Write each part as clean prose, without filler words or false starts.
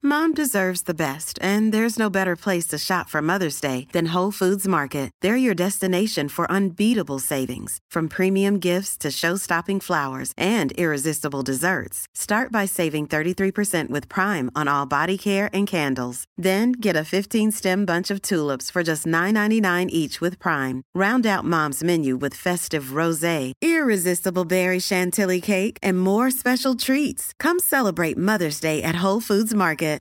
Mom deserves the best, and there's no better place to shop for Mother's Day than Whole Foods Market. They're your destination for unbeatable savings, from premium gifts to show-stopping flowers and irresistible desserts. Start by saving 33% with Prime on all body care and candles. Then get a 15-stem bunch of tulips for just $9.99 each with Prime. Round out Mom's menu with festive rosé, irresistible berry chantilly cake, and more special treats. Come celebrate Mother's Day at Whole Foods Market.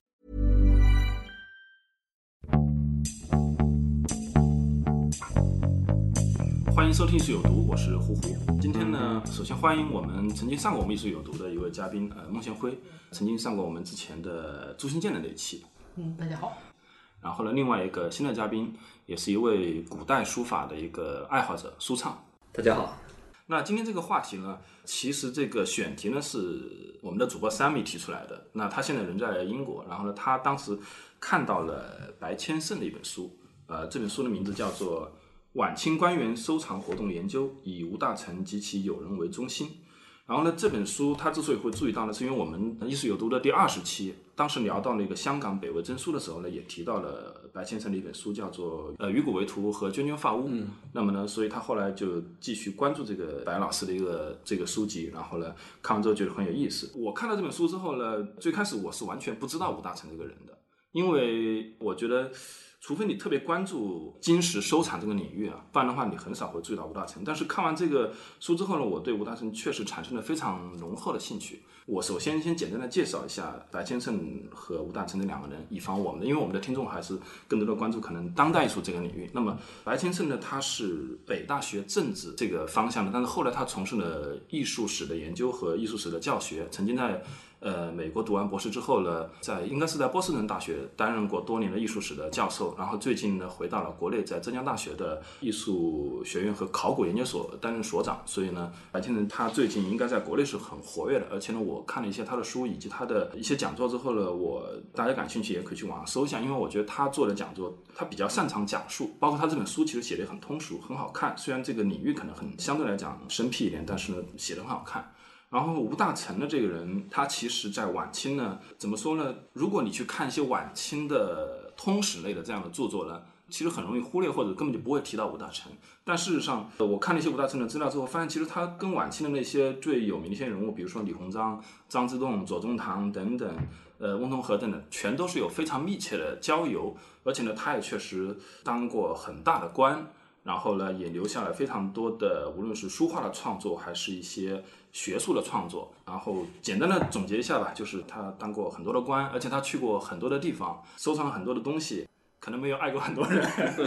欢迎收听艺术有毒，我是胡胡。今天呢，首先欢迎我们曾经上过我们艺术有毒的一位嘉宾，孟宪辉，曾经上过我们之前的朱新建的那一期。 大家好。 然后呢，另外一个新的嘉宾，也是一位古代书法的一个爱好者，舒畅。 大家好。 那今天这个话题呢，其实这个选题呢是我们的主播 Sammy 提出来的。那他现在人在英国，然后呢，他当时看到了白千盛的一本书，这本书的名字叫做《晚清官员收藏活动研究》，以吴大成及其友人为中心。然后呢，这本书他之所以会注意到呢，是因为我们艺术有毒的第20期，当时聊到那个香港北魏征书的时候呢，也提到了白先生的一本书，叫做《鱼骨为图》和《涓涓发乌》。那么呢，所以他后来就继续关注这个白老师的这个书籍，然后呢，看完之后觉得很有意思。我看到这本书之后呢，最开始我是完全不知道吴大成这个人的，因为我觉得除非你特别关注金石收藏这个领域啊，不然的话你很少会注意到吴大成。但是看完这个书之后呢，我对吴大成确实产生了非常浓厚的兴趣。我首先简单的介绍一下白先盛和吴大成这两个人，以防我们的，因为我们的听众还是更多的关注可能当代艺术这个领域。那么白先盛呢，他是北大学政治这个方向的，但是后来他从事了艺术史的研究和艺术史的教学，曾经在美国读完博士之后呢，应该是在波士顿大学担任过多年的艺术史的教授，然后最近呢回到了国内，在浙江大学的艺术学院和考古研究所担任所长。所以呢，白先盛他最近应该在国内是很活跃的，而且呢，我看了一些他的书以及他的一些讲座之后呢，大家感兴趣也可以去网上搜一下，因为我觉得他做的讲座，他比较擅长讲述，包括他这本书其实写得很通俗，很好看。虽然这个领域可能相对来讲生僻一点，但是呢，写得很好看。然后吴大成的这个人，他其实在晚清呢，怎么说呢？如果你去看一些晚清的通史类的这样的著作呢，其实很容易忽略或者根本就不会提到吴大成。但事实上，我看了一些吴大成的资料之后，发现其实他跟晚清的那些最有名的一些人物，比如说李鸿章、张之洞、左宗棠等等，翁同龢等等，全都是有非常密切的交游，而且呢，他也确实当过很大的官。然后呢，也留下了非常多的，无论是书画的创作，还是一些学术的创作。然后简单的总结一下吧，就是他当过很多的官，而且他去过很多的地方，收藏了很多的东西，可能没有爱过很多人。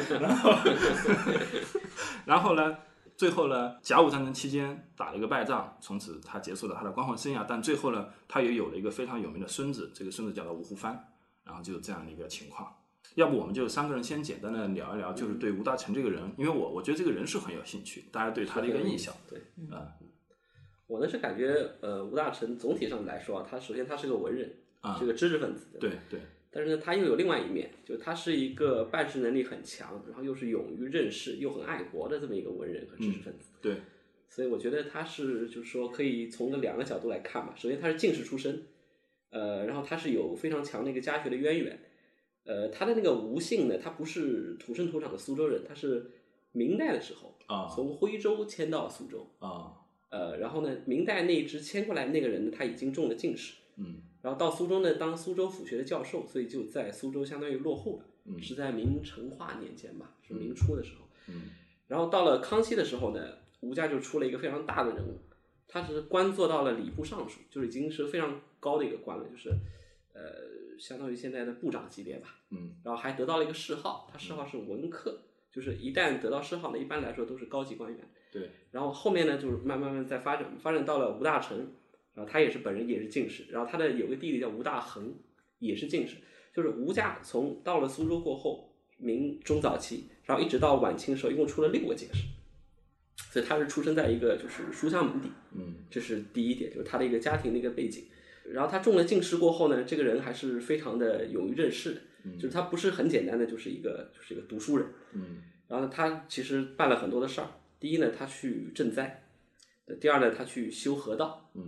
然后呢，最后呢，甲午战争期间打了一个败仗，从此他结束了他的官宦生涯。但最后呢，他也有了一个非常有名的孙子，这个孙子叫做吴湖帆。然后就是这样的一个情况。要不我们就三个人先简单的聊一聊，就是对吴大成这个人，因为我觉得这个人是很有兴趣，大家对他的一个印象。 对，我呢是感觉吴大成总体上来说啊，他首先他是个文人，是个知识分子， 对对。 但是呢，他又有另外一面，就是他是一个办事能力很强，然后又是勇于任事，又很爱国的这么一个文人和知识分子。 对。 所以我觉得他是就是说可以从两个角度来看吧。首先他是进士出身，然后他是有非常强的一个家学的渊源。他的那个吴姓呢，他不是土生土长的苏州人，他是明代的时候从徽州迁到苏州然后呢，明代那一支迁过来那个人呢，他已经中了进士，然后到苏州呢当苏州府学的教授，所以就在苏州相当于落户了，是在明成化年间吧，是明初的时候，然后到了康熙的时候呢，吴家就出了一个非常大的人物，他是官做到了礼部尚书，就是已经是非常高的一个官了，就是相当于现在的部长级别吧，然后还得到了一个谥号，他谥号是文客，就是一旦得到谥号呢，一般来说都是高级官员。 对。 然后后面呢，就是慢慢在发展到了吴大成，然后他也是本人也是进士，然后他的有个弟弟叫吴大衡，也是进士。就是吴家从到了苏州过后，明中早期，然后一直到晚清的时候，一共出了6个进士。所以他是出生在一个就是书香门第，这是第一点，就是他的一个家庭的一个背景。然后他中了进士过后呢，这个人还是非常的勇于任事的，就是他不是很简单的就是一个读书人，然后呢，他其实办了很多的事儿。第一呢，他去赈灾；第二呢，他去修河道；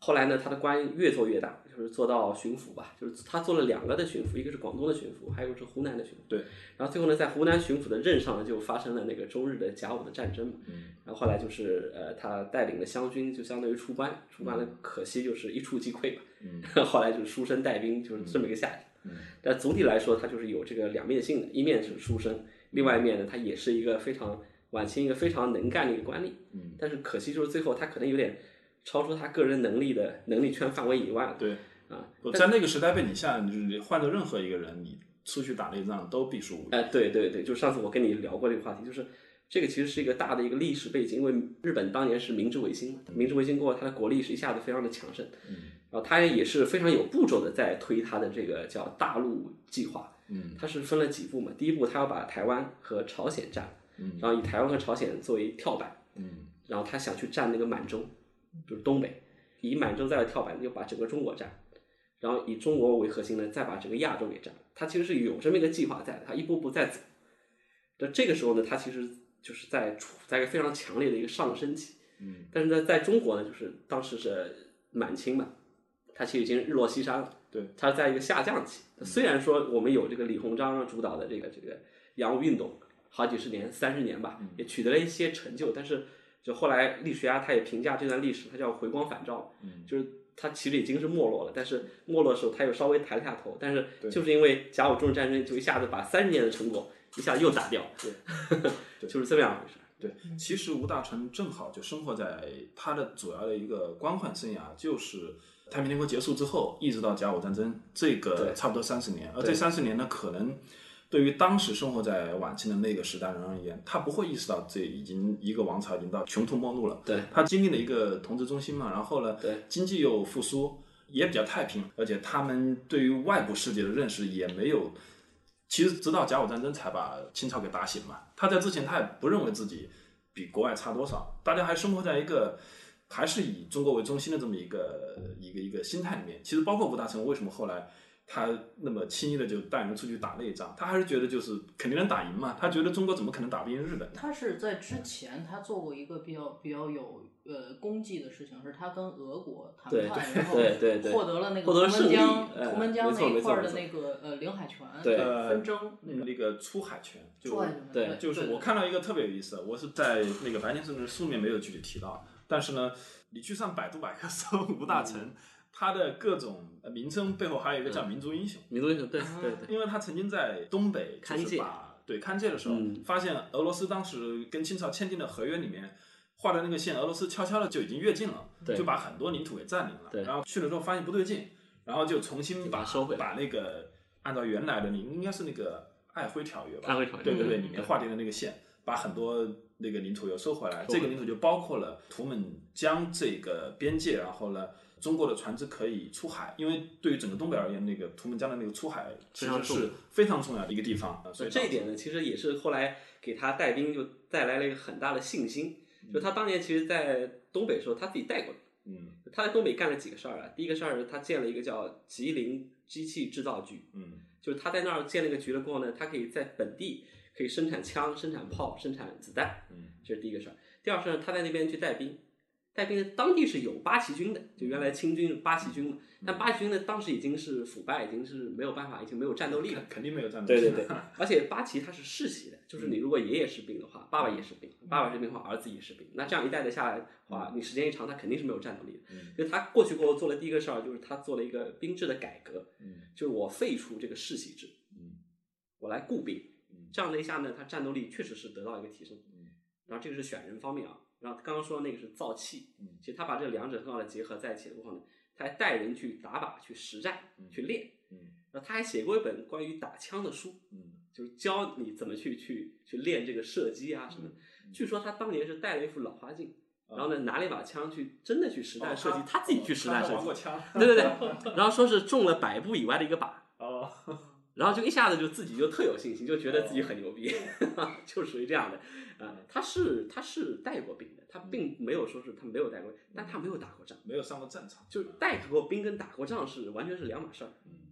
后来呢，他的官越做越大，就是做到巡抚吧，就是他做了2个的巡抚，一个是广东的巡抚，还有是湖南的巡抚。 对。 然后最后呢，在湖南巡抚的任上呢，就发生了那个中日的甲午的战争嘛。然后后来就是他带领的湘军就相当于出关了，可惜就是一触即溃吧。后来就是书生带兵，就是这么一个下场。但总体来说，他就是有这个两面性的，一面是书生，另外一面呢，他也是一个非常晚清一个非常能干的一个官吏。但是可惜就是最后他可能有点超出他个人能力圈范围以外了。 对啊，在那个时代背景下，就是换做任何一个人，你出去打内战都必输无疑。 对对对，就上次我跟你聊过这个话题，就是这个其实是一个大的一个历史背景，因为日本当年是明治维新嘛，明治维新过后，它的国力是一下子非常的强盛。然后他也是非常有步骤的在推他的这个叫大陆计划。它是分了几步嘛，第一步他要把台湾和朝鲜占了，然后以台湾和朝鲜作为跳板。然后他想去占那个满洲，就是东北，以满洲再来跳板，就把整个中国占，然后以中国为核心呢，再把整个亚洲给占。他其实是有这么一个计划在的，他一步步在走。这个时候呢，他其实就是在一个非常强烈的一个上升期。但是呢，在中国呢，就是当时是满清嘛，他其实已经日落西山了。 对， 他在一个下降期。虽然说我们有这个李鸿章主导的这个洋务运动，好几十年30年吧，也取得了一些成就，但是就后来历史学家他也评价这段历史，他叫回光返照。就是他其实已经是没落了，但是没落的时候他又稍微抬了下头，但是就是因为甲午中日战争，就一下子把30年的成果一下又打掉。对，就是这么样回事。 对，其实吴大成正好就生活在他的主要的一个官宦生涯，就是太平天国结束之后，一直到甲午战争，这个差不多30年。而这30年呢，可能对于当时生活在晚清的那个时代人而言，他不会意识到这已经一个王朝已经到穷途末路了。 对， 他经历了一个统治中心嘛，然后呢，经济又复苏，也比较太平，而且他们对于外部世界的认识也没有。其实直到甲午战争才把清朝给打醒嘛，他在之前他也不认为自己比国外差多少，大家还生活在一个还是以中国为中心的这么一个心态里面。其实包括吴大成为什么后来他那么轻易的就带人出去打内战，他还是觉得就是肯定能打赢嘛，他觉得中国怎么可能打不赢日本。 他是在之前他做过一个比较有功绩的事情，是他跟俄国谈判，然后获得了那个图们江那一块的那个领海权纷争那个出海权。 对， 就是我看到一个特别有意思，我是在那个白先生的书里面没有具体提到，但是呢，你去上百度百科搜吴大成。他的各种名称背后还有一个叫民族英雄。 民族英雄，对， 因为他曾经在东北勘界勘界的时候，发现俄罗斯当时跟清朝签订的合约里面画的那个线，俄罗斯悄悄的就已经越境了，就把很多领土给占领了。然后去了之后发现不对劲，然后就重新把那个按照原来的应该是那个爱辉条约吧， 爱辉条约， 对，里面划定的那个线，把很多那个领土又收回来。这个领土就包括了图们江这个边界，然后呢。中国的船只可以出海，因为对于整个东北而言，那个图们江的那个出海其实是非常重要的一个地方。所以这一点呢，其实也是后来给他带兵就带来了一个很大的信心。就他当年其实，在东北的时候，他自己带过。他在东北干了几个事儿啊。第一个事儿是他建了一个叫吉林机器制造局。就是他在那儿建了一个局了过后呢，他可以在本地可以生产枪、生产炮、生产子弹。这是第一个事儿。第二事儿，他在那边去带兵。带兵当地是有八旗军的，就原来清军八旗军嘛，但八旗军呢当时已经是腐败，已经是没有办法，已经没有战斗力了， 肯定没有战斗力。 对，而且八旗它是世袭的，就是你如果爷爷是兵的话，爸爸也是兵，爸爸是兵的话，儿子也是兵，那这样一代的下来的话，你时间一长，他肯定是没有战斗力的。所以他过去过后做了第一个事儿，就是他做了一个兵制的改革，就是我废除这个世袭制，我来雇兵，这样的一下呢，他战斗力确实是得到一个提升。然后这个是选人方面啊。然后刚刚说的那个是造气，其实他把这两者很好的结合在一起的话呢，他还带人去打靶、去实战、去练。然后他还写过一本关于打枪的书，就是教你怎么去练这个射击啊什么的。据说他当年是带了一副老花镜，然后呢拿了一把枪去真的去实弹射击，他自己去实弹射击。对，然后说是中了100步以外的一个靶。然后就一下子就自己就特有信心，就觉得自己很牛逼，就属于这样的。他是带过兵的，他并没有说是他没有带过，但他没有打过仗， 没有上过战场， 就是带过兵跟打过仗是完全是两码事儿。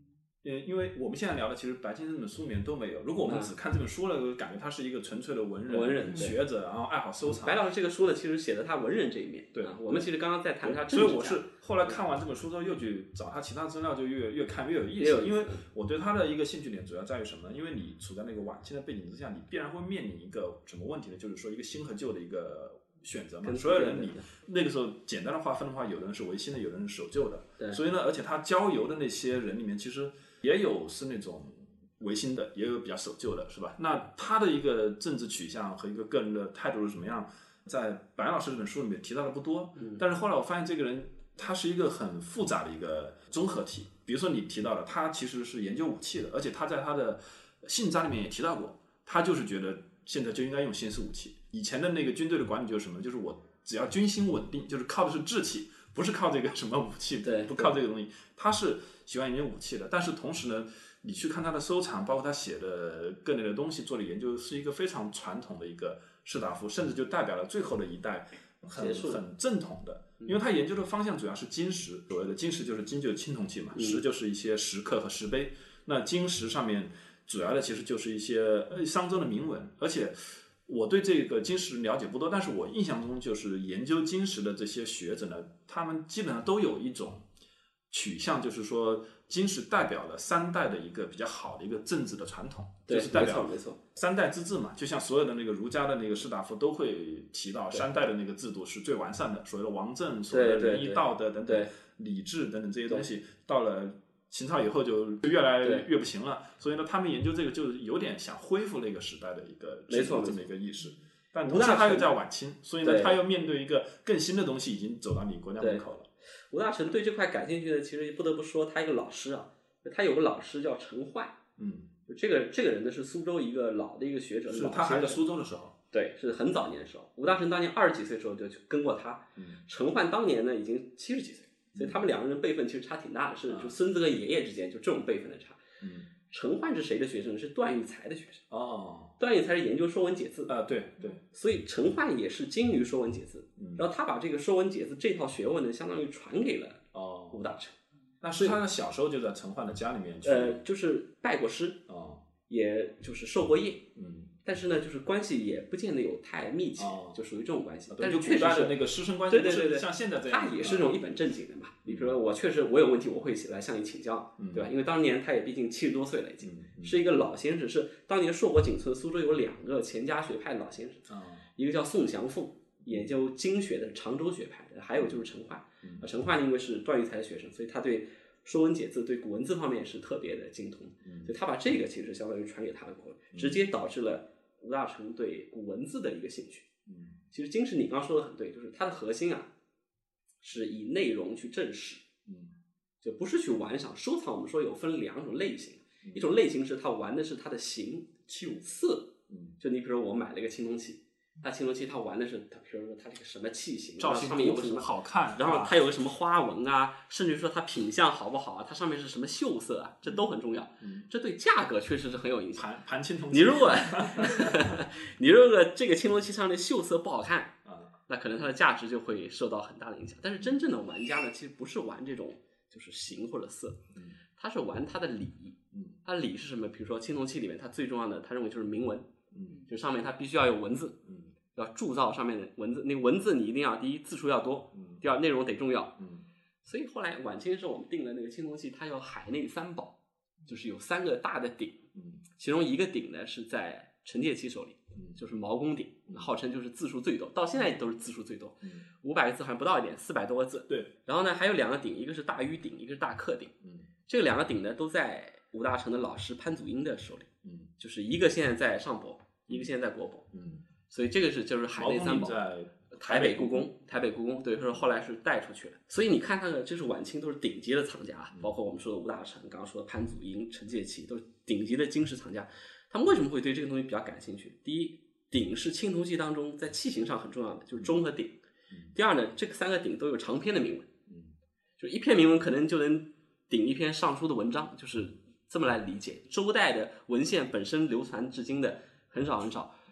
因为我们现在聊的其实白先生的书里面都没有。如果我们只看这本书了，感觉他是一个纯粹的文人学者，然后爱好收藏。 白老师这个书呢，其实写的他文人这一面。 对， 我们其实刚刚在谈他政治家。 所以我是后来看完这本书之后，又去找他其他资料，就越看越有意思。因为我对他的一个兴趣点主要在于什么呢？因为你处在那个晚清的背景之下，你必然会面临一个什么问题呢？就是说一个新和旧的一个选择嘛。所有人你那个时候简单的划分的话，有的人是维新的，有的人是守旧的。 对。 所以呢，而且他交游的那些人里面，其实也有是那种维新的，也有比较守旧的，是吧？那他的一个政治取向和一个个人的态度是什么样，在白老师这本书里面提到的不多。但是后来我发现这个人他是一个很复杂的一个综合体。比如说你提到的，他其实是研究武器的，而且他在他的信札里面也提到过，他就是觉得现在就应该用新式武器。以前的那个军队的管理就是什么？就是我只要军心稳定，就是靠的是志气，不是靠这个什么武器，不靠这个东西。他是喜欢研究武器的，但是同时呢，你去看他的收藏，包括他写的各类的东西做的研究，是一个非常传统的一个士大夫，甚至就代表了最后的一代很正统的。因为他研究的方向主要是金石，所谓的金石就是金就是青铜器嘛，石就是一些石刻和石碑。那金石上面主要的其实就是一些商周的铭文，而且我对这个金石了解不多，但是我印象中就是研究金石的这些学者呢，他们基本上都有一种取向，就是说金石代表了3代的一个比较好的一个政治的传统，就是代表3代之治嘛。就像所有的那个儒家的那个士大夫都会提到3代的那个制度是最完善的，所谓的王政，所谓的仁义道德等等，礼制等等这些东西，到了秦朝以后就越来越不行了。所以呢，他们研究这个就有点想恢复那个时代的一个制度这么一个意识。但同时他又在晚清，所以呢，他又面对一个更新的东西，已经走到你国家门口了。 吴大成对这块感兴趣的，其实不得不说他一个老师啊，他有个老师叫陈奂。这个人呢是苏州一个老的一个学者， 是他还在苏州的时候， 对，是很早年的时候。吴大成当年20几岁的时候就跟过他，陈奂当年呢已经70几岁，所以他们2个人辈分其实差挺大的，是就孙子和爷爷之间就这种辈分的差。陈奂是谁的学生？是段玉裁的学生。段玉裁是研究《说文解字》 对， 所以陈奂也是精于《说文解字》，然后他把这个《说文解字》这套学问呢，相当于传给了吴大成。 那是他的小时候就在陈奂的家里面去， 就是拜过师，也就是受过业，但是呢，就是关系也不见得有太密切，就属于这种关系。但是确实是那个师生关系， 对， 像现在这样， 他也是那种一本正经的嘛。比如说我有问题，我会来向你请教，对吧？因为当年他也毕竟70多岁了，已经是一个老先生，是当年硕果仅存。苏州有2个钱家学派的老先生，一个叫宋祥凤，研究经学的常州学派的，还有就是陈奂。陈奂因为是段玉裁的学生，所以他对《说文解字》对古文字方面是特别的精通，所以他把这个其实相当于传给他的国，直接导致了吴大成对古文字的一个兴趣。其实金石你刚说的很对，就是它的核心啊是以内容去正史，就不是去玩赏。收藏我们说有分2种类型，一种类型是他玩的是它的形器物色，就你比如说我买了一个青铜器，它青铜器它玩的是比如说它这个什么器型， 造型上面有个什么好看， 然后它有个什么花纹啊，甚至说它品相好不好啊，它上面是什么锈色啊，这都很重要。这对价格确实是很有影响。 盘青铜器， 你如果这个青铜器上的锈色不好看，那可能它的价值就会受到很大的影响。但是真正的玩家呢，其实不是玩这种就是形或者色，他是玩它的理。它的理是什么？比如说青铜器里面，它最重要的，他认为就是铭文，就上面它必须要有文字，要铸造上面的文字。那个文字你一定要第一字数要多，第二内容得重要。所以后来晚清的时候，我们定了那个青铜器，它有海内3宝，就是有3个大的鼎，其中一个鼎呢是在陈介期手里，就是毛公鼎，号称就是字数最多，到现在都是字数最多，500个字好像不到一点，400多个字。 对。 然后呢，还有2个鼎，一个是大盂鼎，一个是大克鼎。这2个鼎呢都在吴大成的老师潘祖英的手里，就是一个现在在上博，一个现在在国博，所以这个就是海内3宝。 在台北故宫，对，后来是带出去了。所以你看他的这是晚清都是顶级的藏家，包括我们说的吴大成，刚刚说的潘祖英、陈介期，都是顶级的金石藏家。他们为什么会对这个东西比较感兴趣？第一，鼎是青铜器当中在器型上很重要的，就是钟和鼎。第二呢，这个3个鼎都有长篇的铭文，就一篇铭文可能就能顶一篇尚书的文章，就是这么来理解。周代的文献本身流传至今的很少，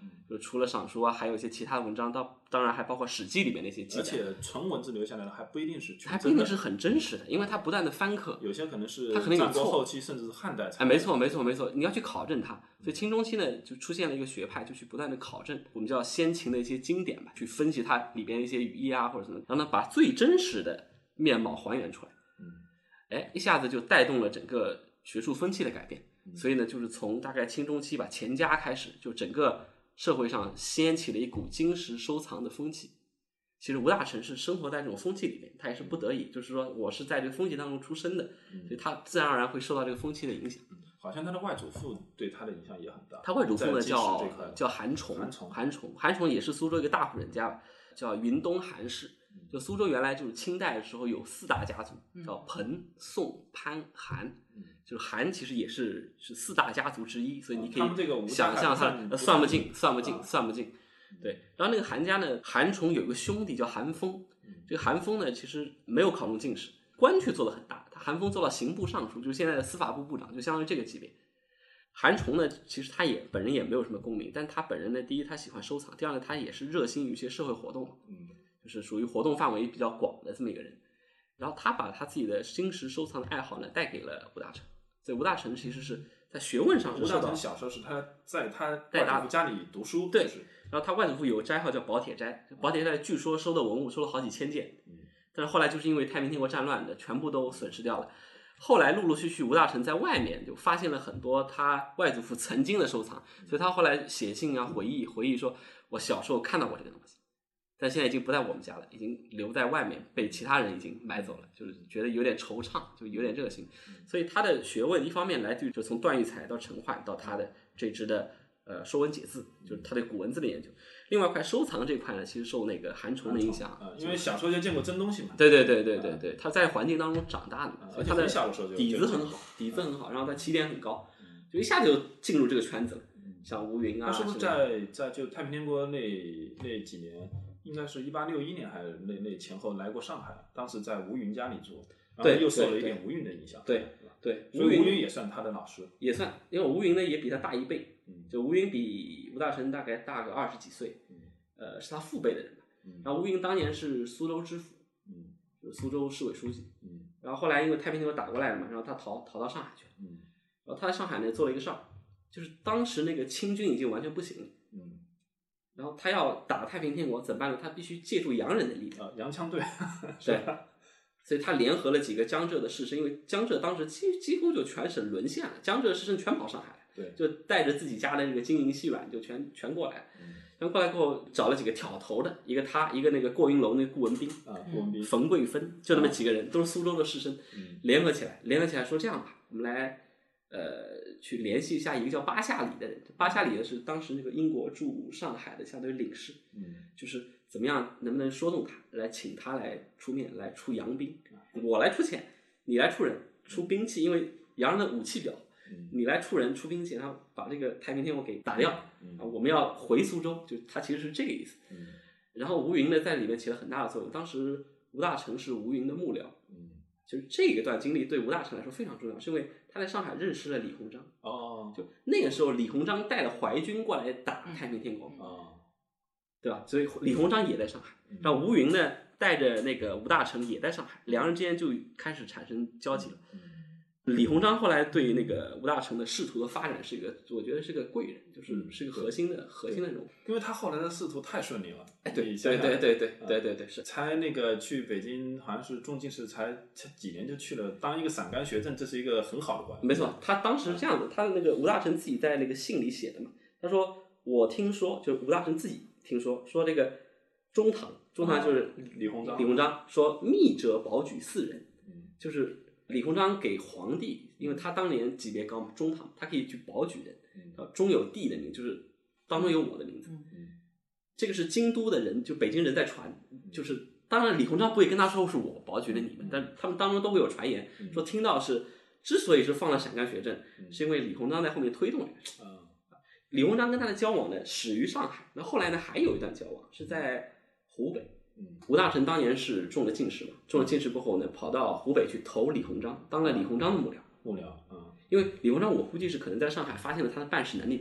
就除了赏书啊，还有一些其他的文章，当然还包括《史记》里面那些记载。 而且纯文字留下来的还不一定是还不一定是很真实的，因为它不断的翻刻， 有些可能是它可能有错， 后期甚至是汉代才。 没错，你要去考证它。所以清中期呢，就出现了一个学派，就去不断的考证我们叫先秦的一些经典吧，去分析它里边的一些语义啊或者什么，然后呢把最真实的面貌还原出来。一下子就带动了整个学术风气的改变。所以呢，就是从大概清中期吧，钱家开始，就整个社会上掀起了一股金石收藏的风气。其实吴大成是生活在这种风气里面，他也是不得已，就是说我是在这个风气当中出生的，所以他自然而然会受到这个风气的影响。 好像他的外祖父对他的影响也很大。 他外祖父呢叫韩崇，韩崇也是苏州一个大户人家，叫云东韩氏。就苏州原来就是清代的时候有4大家族，叫彭、宋、潘、韩。就是韩其实也是4大家族之一，所以你可以想象他算不尽。对，然后那个韩家呢，韩崇有一个兄弟叫韩风，这个韩风呢其实没有考中进士，官却做得很大，他韩风做到刑部尚书，就是现在的司法部部长，就相当于这个级别。韩崇呢，其实他本人也没有什么功名，但他本人呢，第一他喜欢收藏，第二呢他也是热心于一些社会活动，就是属于活动范围比较广的这么一个人。然后他把他自己的金石收藏的爱好呢带给了吴大成，所以吴大成其实是在学问上是受到。 吴大成小时候是他在他外祖父家里读书， 对，然后他外祖父有个斋号叫宝铁斋，宝铁斋据说收的文物收了好几千件，但是后来就是因为太平天国战乱的全部都损失掉了。后来陆陆续续吴大成在外面就发现了很多他外祖父曾经的收藏，所以他后来写信啊回忆说，我小时候看到过这个东西，但现在已经不在我们家了，已经留在外面，被其他人已经买走了，就是觉得有点惆怅，就有点热心。所以他的学问一方面来自于就从段玉裁到陈奂到他的这支的说文解字，就是他对古文字的研究。另外一块收藏这块呢，其实受那个韩崇的影响， 因为小时候就见过真东西嘛。 对，他在环境当中长大的嘛，所以他的底子很好，然后他起点很高，就一下就进入这个圈子了。像吴云啊， 他是不是在就太平天国那几年？应该是1861年还是那前后来过上海，当时在吴云家里住，然后又受了一点吴云的影响。 对， 所以吴云也算他的老师， 也算，因为吴云呢也比他大1倍，就吴云比吴大成大概大个20几岁，是他父辈的人。然后吴云当年是苏州知府，就是苏州市委书记，然后后来因为太平天国打过来了嘛，然后他逃到上海去了，然后他在上海呢做了一个事儿，就是当时那个清军已经完全不行了。然后他要打太平天国怎么办呢？他必须借助洋人的力量， 洋枪队， 对，所以他联合了几个江浙的士绅，因为江浙当时几乎就全省沦陷了，江浙士绅全跑上海了， 对， 就带着自己家的这个金银细软就全过来了。然后过来过后找了几个挑头的，一个那个过云楼那个顾文彬冯桂芬，就那么几个人，都是苏州的士绅，联合起来说这样吧，我们来去联系一下一个叫巴夏里的人。巴夏里的是当时那个英国驻上海的相当于领事，就是怎么样能不能说动他来请他来出面来出洋兵，我来出钱，你来出人出兵器，因为洋人的武器比较，你来出人出兵器，然后把这个太平天国给打掉，我们要回苏州，就他其实是这个意思。然后吴云呢在里面起了很大的作用，当时吴大成是吴云的幕僚，就是这个段经历对吴大成来说非常重要，是因为他在上海认识了李鸿章。就那个时候李鸿章带了淮军过来打太平天国，对吧？所以李鸿章也在上海，然后吴云呢带着那个吴大成也在上海，两人之间就开始产生交集了。李鸿章后来对那个吴大成的仕途的发展是一个，我觉得是个贵人，是个核心的人物， 因为他后来的仕途太顺利了。 对，是才那个去北京，好像是中进士，才几年就去了，当一个散干学政，这是一个很好的关系。 没错，他当时这样的，他那个吴大成自己在那个信里写的嘛，他说我听说，就吴大成自己听说这个中堂就是李鸿章说密者保举4人，就是李鸿章给皇帝，因为他当年级别高嘛，中堂他可以去保举人，中有帝的名，就是当中有我的名字，这个是京都的人，就北京人在传，就是当然李鸿章不会跟他说是我保举了你们，但他们当中都会有传言说听到是之所以是放了陕甘学政，是因为李鸿章在后面推动这个事。李鸿章跟他的交往呢始于上海，那后来呢还有一段交往是在湖北。吴大成当年是中了进士嘛，中了进士过后呢，跑到湖北去投李鸿章，当了李鸿章的幕僚。因为李鸿章我估计是可能在上海发现了他的办事能力不错，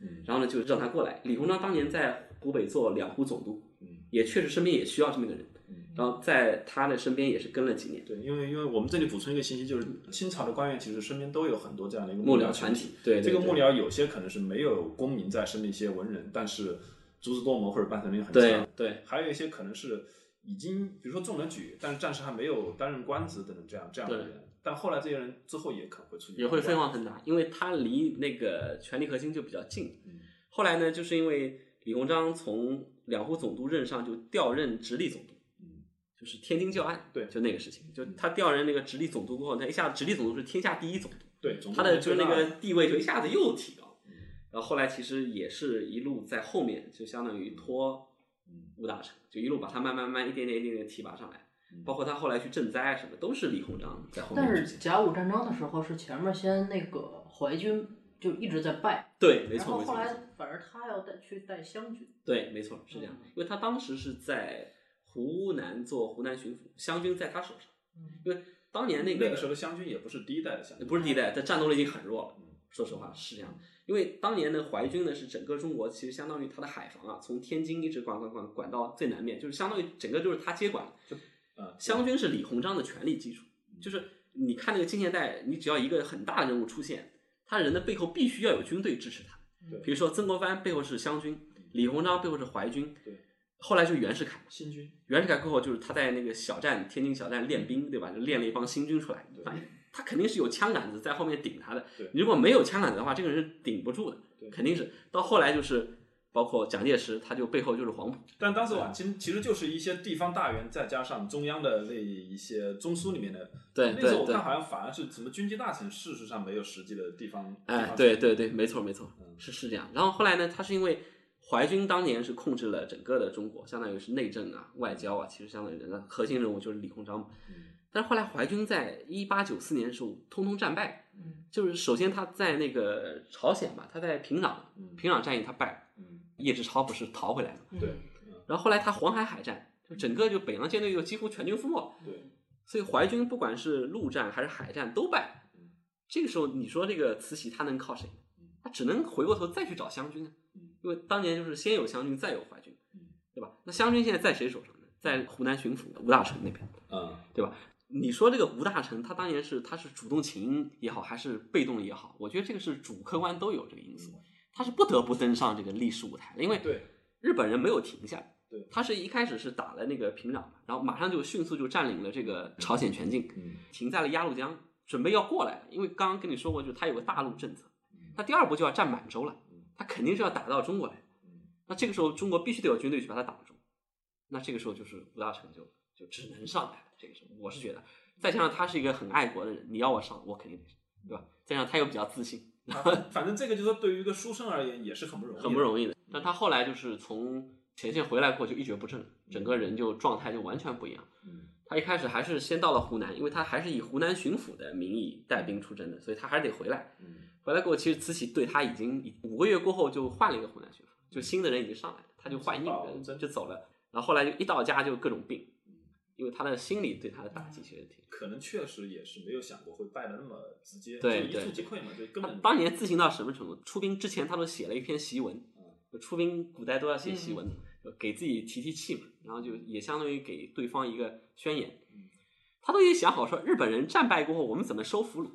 然后呢就让他过来。李鸿章当年在湖北做两湖总督，也确实身边也需要这么一个人，然后在他的身边也是跟了几年。 对，因为我们这里补充一个信息，就是清朝的官员其实身边都有很多这样的一个幕僚团体。对， 这个幕僚有些可能是没有功名在身的一些文人，但是足智多谋或者办事能力很强。 对， 还有一些可能是已经比如说中了举，但是暂时还没有担任官职等等这样的人。但后来这些人之后也可能会出现， 也会飞黄腾达，因为他离那个权力核心就比较近。后来呢，就是因为李鸿章从两湖总督任上就调任直隶总督，就是天津教案， 对， 就那个事情，就他调任那个直隶总督过后，他一下直隶总督是天下第一总督， 对， 他的就是那个地位就一下子又提高。然后后来其实也是一路在后面，就相当于拖吴大成，就一路把他慢慢一点点提拔上来。包括他后来去赈灾什么，都是李鸿章在后面。 但是甲午战争的时候是前面先那个淮军就一直在败， 对，没错。 然后后来反而他要去带湘军， 对，没错，是这样。因为他当时是在湖南做湖南巡抚，湘军在他手上。因为当年那个时候的湘军也不是第一代的湘军， 不是第一代，他战斗力已经很弱了。说实话是这样，因为当年的淮军呢是整个中国其实相当于他的海防啊，从天津一直管到最南面，就是相当于整个就是他接管。湘军是李鸿章的权力基础，就是你看那个近现代，你只要一个很大的人物出现，他人的背后必须要有军队支持他。比如说曾国藩背后是湘军，李鸿章背后是淮军，后来就是袁世凯新军。 袁世凯过后就是他在那个天津小站练兵，对吧？就练了一帮新军出来，他肯定是有枪杆子在后面顶他的。你如果没有枪杆子的话，这个人是顶不住的，肯定是。到后来就是包括蒋介石，他就背后就是黄埔。 但当时晚清其实就是一些地方大员，再加上中央的那一些中枢里面的。 对， 那时候我看好像反而是什么军机大臣，事实上没有实际的地方。 对，没错，是这样。然后后来呢，他是因为淮军当年是控制了整个的中国，相当于是内政啊、外交啊，其实相当于核心人物就是李鸿章。但是后来淮军在1894年的时候通通战败。就是首先他在那个朝鲜嘛，他在平壤战役他败了。叶志超不是逃回来了， 对。 然后后来他黄海战，就整个就北洋舰队又几乎全军覆没， 对。 所以淮军不管是陆战还是海战都败。这个时候你说这个慈禧他能靠谁？他只能回过头再去找湘军啊，因为当年就是先有湘军再有淮军，对吧？那湘军现在在谁手上呢？在湖南巡抚吴大成那边，对吧？你说这个吴大成他当年他是主动请缨也好，还是被动也好，我觉得这个是主客观都有这个因素。他是不得不登上这个历史舞台的，因为日本人没有停下来。他是一开始是打了那个平壤，然后马上就迅速就占领了这个朝鲜全境，停在了鸭绿江，准备要过来了。因为刚刚跟你说过，就他有个大陆政策，他第二步就要占满洲了，他肯定是要打到中国来。那这个时候中国必须得有军队去把他挡住，那这个时候就是吴大成就只能上来了。这个时候我是觉得，再加上他是一个很爱国的人，你要我上，我肯定得上，对吧？再加上他又比较自信。 反正这个就是说对于一个书生而言也是很不容易的。但他后来就是从前线回来过就一蹶不振，整个人就状态就完全不一样。他一开始还是先到了湖南，因为他还是以湖南巡抚的名义带兵出征的，所以他还是得回来。回来过后，其实慈禧对他已经5个月过后就换了一个湖南巡抚，就新的人已经上来了，他就换一个人就走了。然后后来就一到家就各种病。因为他的心理对他的打击其实挺， 可能确实也是没有想过会败得那么直接， 对， 一触即溃嘛，就根本。 他当年自信到什么程度？出兵之前他都写了一篇檄文，出兵古代都要写檄文，给自己提气嘛，然后就也相当于给对方一个宣言。他都已经想好说，日本人战败过后我们怎么收俘虏，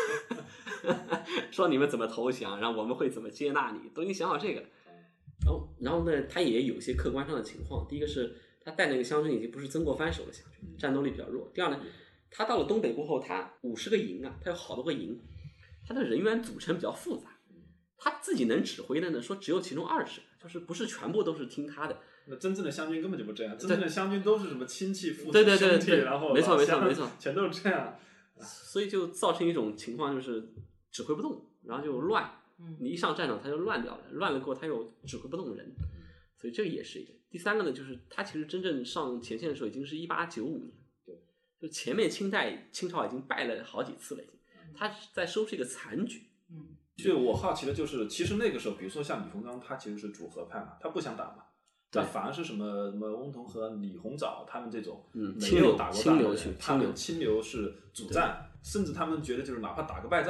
说你们怎么投降，然后我们会怎么接纳你，都已经想好这个。然后呢，他也有一些客观上的情况，第一个是。他带那个湘军已经不是曾国藩手的湘军，战斗力比较弱。第二呢，他到了东北过后，他50个营啊，他有好多个营，他的人员组成比较复杂。他自己能指挥的呢，说只有其中20个，就是不是全部都是听他的。 那真正的湘军根本就不这样，真正的湘军都是什么亲戚、父对， 兄弟，然后没错， 全都是这样。 所以就造成一种情况，就是指挥不动，然后就乱。你一上战场他就乱掉了，乱了过后他又指挥不动人。所以这个也是一个。第三个呢，就是他其实真正上前线的时候已经是1895年， 对， 就前面清朝已经败了好几次了，已经，他在收拾一个残局。 就我好奇的就是，其实那个时候，比如说像李鸿章，他其实是主和派嘛，他不想打嘛，但反而是什么翁同龢、李鸿藻他们这种没有打过仗的人，他们清流是主战，甚至他们觉得就是哪怕打个败仗，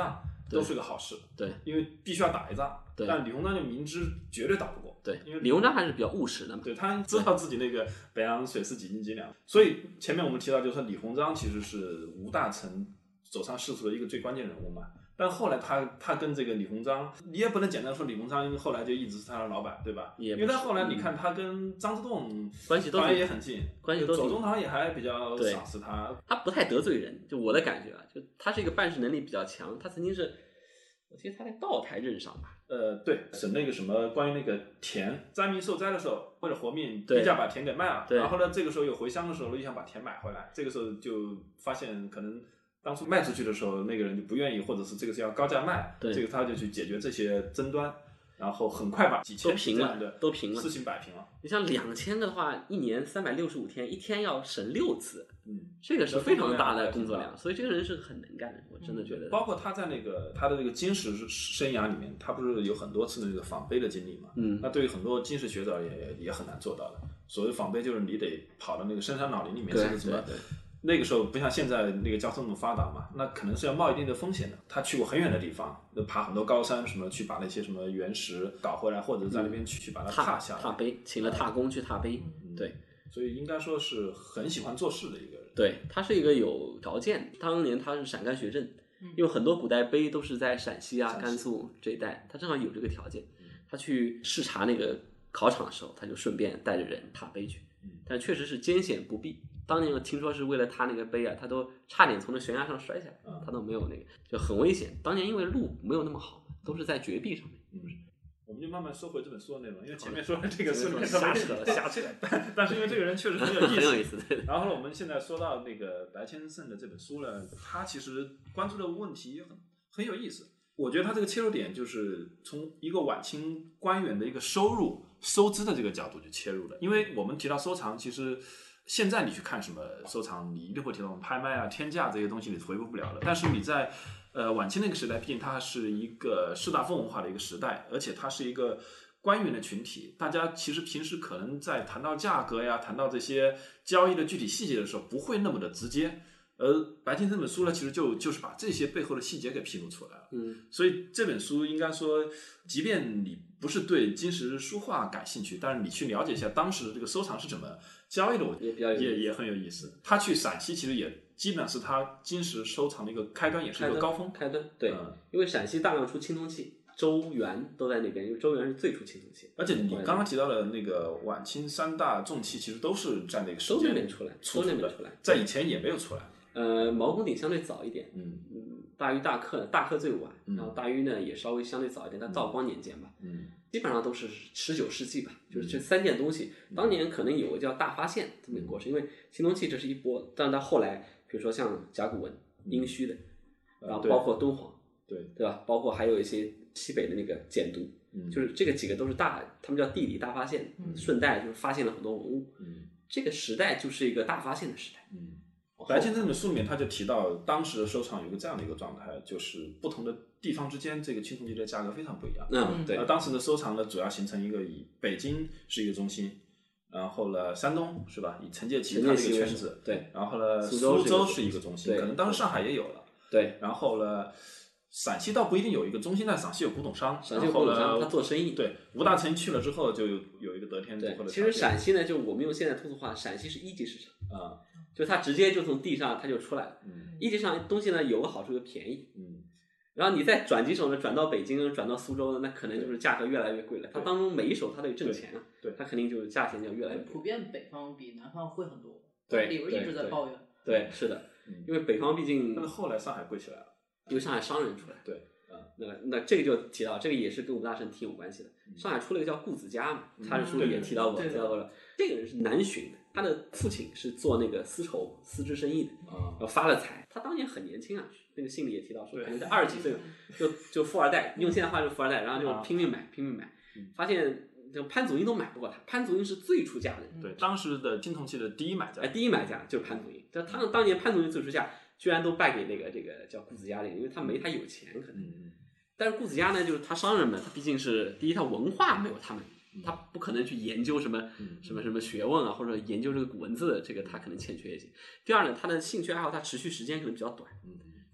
都是个好事。 对， 因为必须要打一仗。 对， 但李鸿章就明知绝对打不过。 对， 因为李鸿章还是比较务实的嘛。 对，他知道自己那个北洋水师几斤几两，所以前面我们提到，就是说李鸿章其实是吴大成走上仕途的一个最关键人物嘛。但后来他跟这个李鸿章，你也不能简单说李鸿章后来就一直是他的老板，对吧？因为他后来你看他跟张之洞关系都也很近， 关系都左宗棠也还比较赏识他。 他不太得罪人，就我的感觉啊，就他是一个办事能力比较强。他曾经是，我记得他在道台任上吧。 对，审那个什么关于那个田，灾民受灾的时候，为了活命，低价把田给卖了。然后呢，这个时候有回乡的时候，又想把田买回来。这个时候就发现可能当初卖出去的时候，那个人就不愿意，或者是这个是要高价卖，这个他就去解决这些争端，然后很快把几千都平了， 事情摆平了。 你像2000个的话，一年365天，一天要审6次，这个是非常大的工作量，所以这个人是很能干的，我真的觉得。 包括他在他的那个经史生涯里面，他不是有很多次的那个访碑的经历嘛？那对于很多经史学者也很难做到的。所谓访碑，就是你得跑到那个深山老林里面，甚至什么。那个时候不像现在那个交通那么发达嘛，那可能是要冒一定的风险的。他去过很远的地方，爬很多高山，什么去把那些什么原石搞回来，或者在那边去把它踏下来。 踏碑，请了踏工去踏碑。对， 所以应该说是很喜欢做事的一个人。 对，他是一个有条件。当年他是陕甘学政，因为很多古代碑都是在陕西啊、甘肃这一带，他正好有这个条件。他去视察那个考场的时候，他就顺便带着人踏碑去。但确实是艰险不避。当年我听说是为了他那个碑啊，他都差点从那悬崖上摔下来，他都没有那个，就很危险。当年因为路没有那么好，都是在绝壁上面。 我们就慢慢说回这本书的内容，因为前面说的这个是瞎扯了， 但是因为这个人确实很有意思， 很有意思。 然后我们现在说到那个白千胜的这本书呢，他其实关注的问题很有意思。我觉得他这个切入点就是从一个晚清官员的一个收入收支的这个角度去切入的，因为我们提到收藏，其实现在你去看什么收藏，你一定会提到拍卖啊、天价这些东西，你回复不了的。但是你在晚清那个时代，毕竟它是一个士大夫文化的一个时代，而且它是一个官员的群体，大家其实平时可能在谈到价格呀、谈到这些交易的具体细节的时候，不会那么的直接。而白千胜这本书呢，其实就是把这些背后的细节给披露出来了。所以这本书应该说，即便你不是对金石书画感兴趣，但是你去了解一下当时的这个收藏是怎么交易的，也很有意思。他去陕西其实也基本上是他金石收藏的一个开端，也是一个高峰。 开端对，因为陕西大量出青铜器。周原都在那边，因为周原是最出青铜器。 而且你刚刚提到的那个晚清3大重器，其实都是在那个时间都那边出来， 在以前也没有出来。 毛公鼎相对早一点，大禹大克最晚，然后大禹呢也稍微相对早一点，但道光年间吧，基本上都是19世纪吧，就是这3件东西。当年可能有个叫大发现这么一个过程，因为青铜器这是一波，但是到后来，比如说像甲骨文、殷墟的，然后包括敦煌，对吧？包括还有一些西北的那个简牍，就是这个几个都是他们叫地理大发现，顺带就是发现了很多文物。这个时代就是一个大发现的时代。 白千胜的书里面他就提到，当时的收藏有一个这样的一个状态，就是不同的地方之间这个青铜器的价格非常不一样。 对。 当时的收藏呢，主要形成一个以北京是一个中心，然后呢山东是吧，以陈介祺他这个圈子， 对， 然后呢苏州是一个中心，可能当时上海也有了， 对， 然后呢陕西倒不一定有一个中心，但陕西有古董商， 陕西有古董商他做生意。 对，吴大成去了之后就有一个得天独厚的。 其实陕西呢，就我们用现在通俗话，陕西是一级市场就它直接就从地上它就出来了。一级市场东西呢有个好处就便宜，然后你再转几手呢，转到北京、转到苏州呢，那可能就是价格越来越贵了。它当中每一手它都得挣钱啊，它肯定就是价钱就越来越贵。 普遍北方比南方贵很多， 对， 里边一直在抱怨。 对，是的，因为北方毕竟， 但是后来上海贵起来了， 因为上海商人出来。 对， 那这个就提到，这个也是跟吴大成挺有关系的。上海出了一个叫顾子嘉嘛，他的书里也提到过，这个人是南巡的，他的父亲是做那个丝绸丝织生意的，然后发了财。他当年很年轻啊，那个信里也提到说，可能在20几岁就富二代，用现在话就是富二代，然后就拼命买，发现就潘祖英都买不过他，潘祖英是最出价的人。 对，当时的青铜器的第一买家就是潘祖英。他当年潘祖英最出价，居然都败给这个叫顾子嘉的人，因为他没他有钱可能。但是顾子嘉呢，就是他商人们，他毕竟是第一，他文化没有他们，他不可能去研究什么学问啊，或者研究这个古文字的，这个他可能欠缺一些。第二呢，他的兴趣爱好他持续时间可能比较短，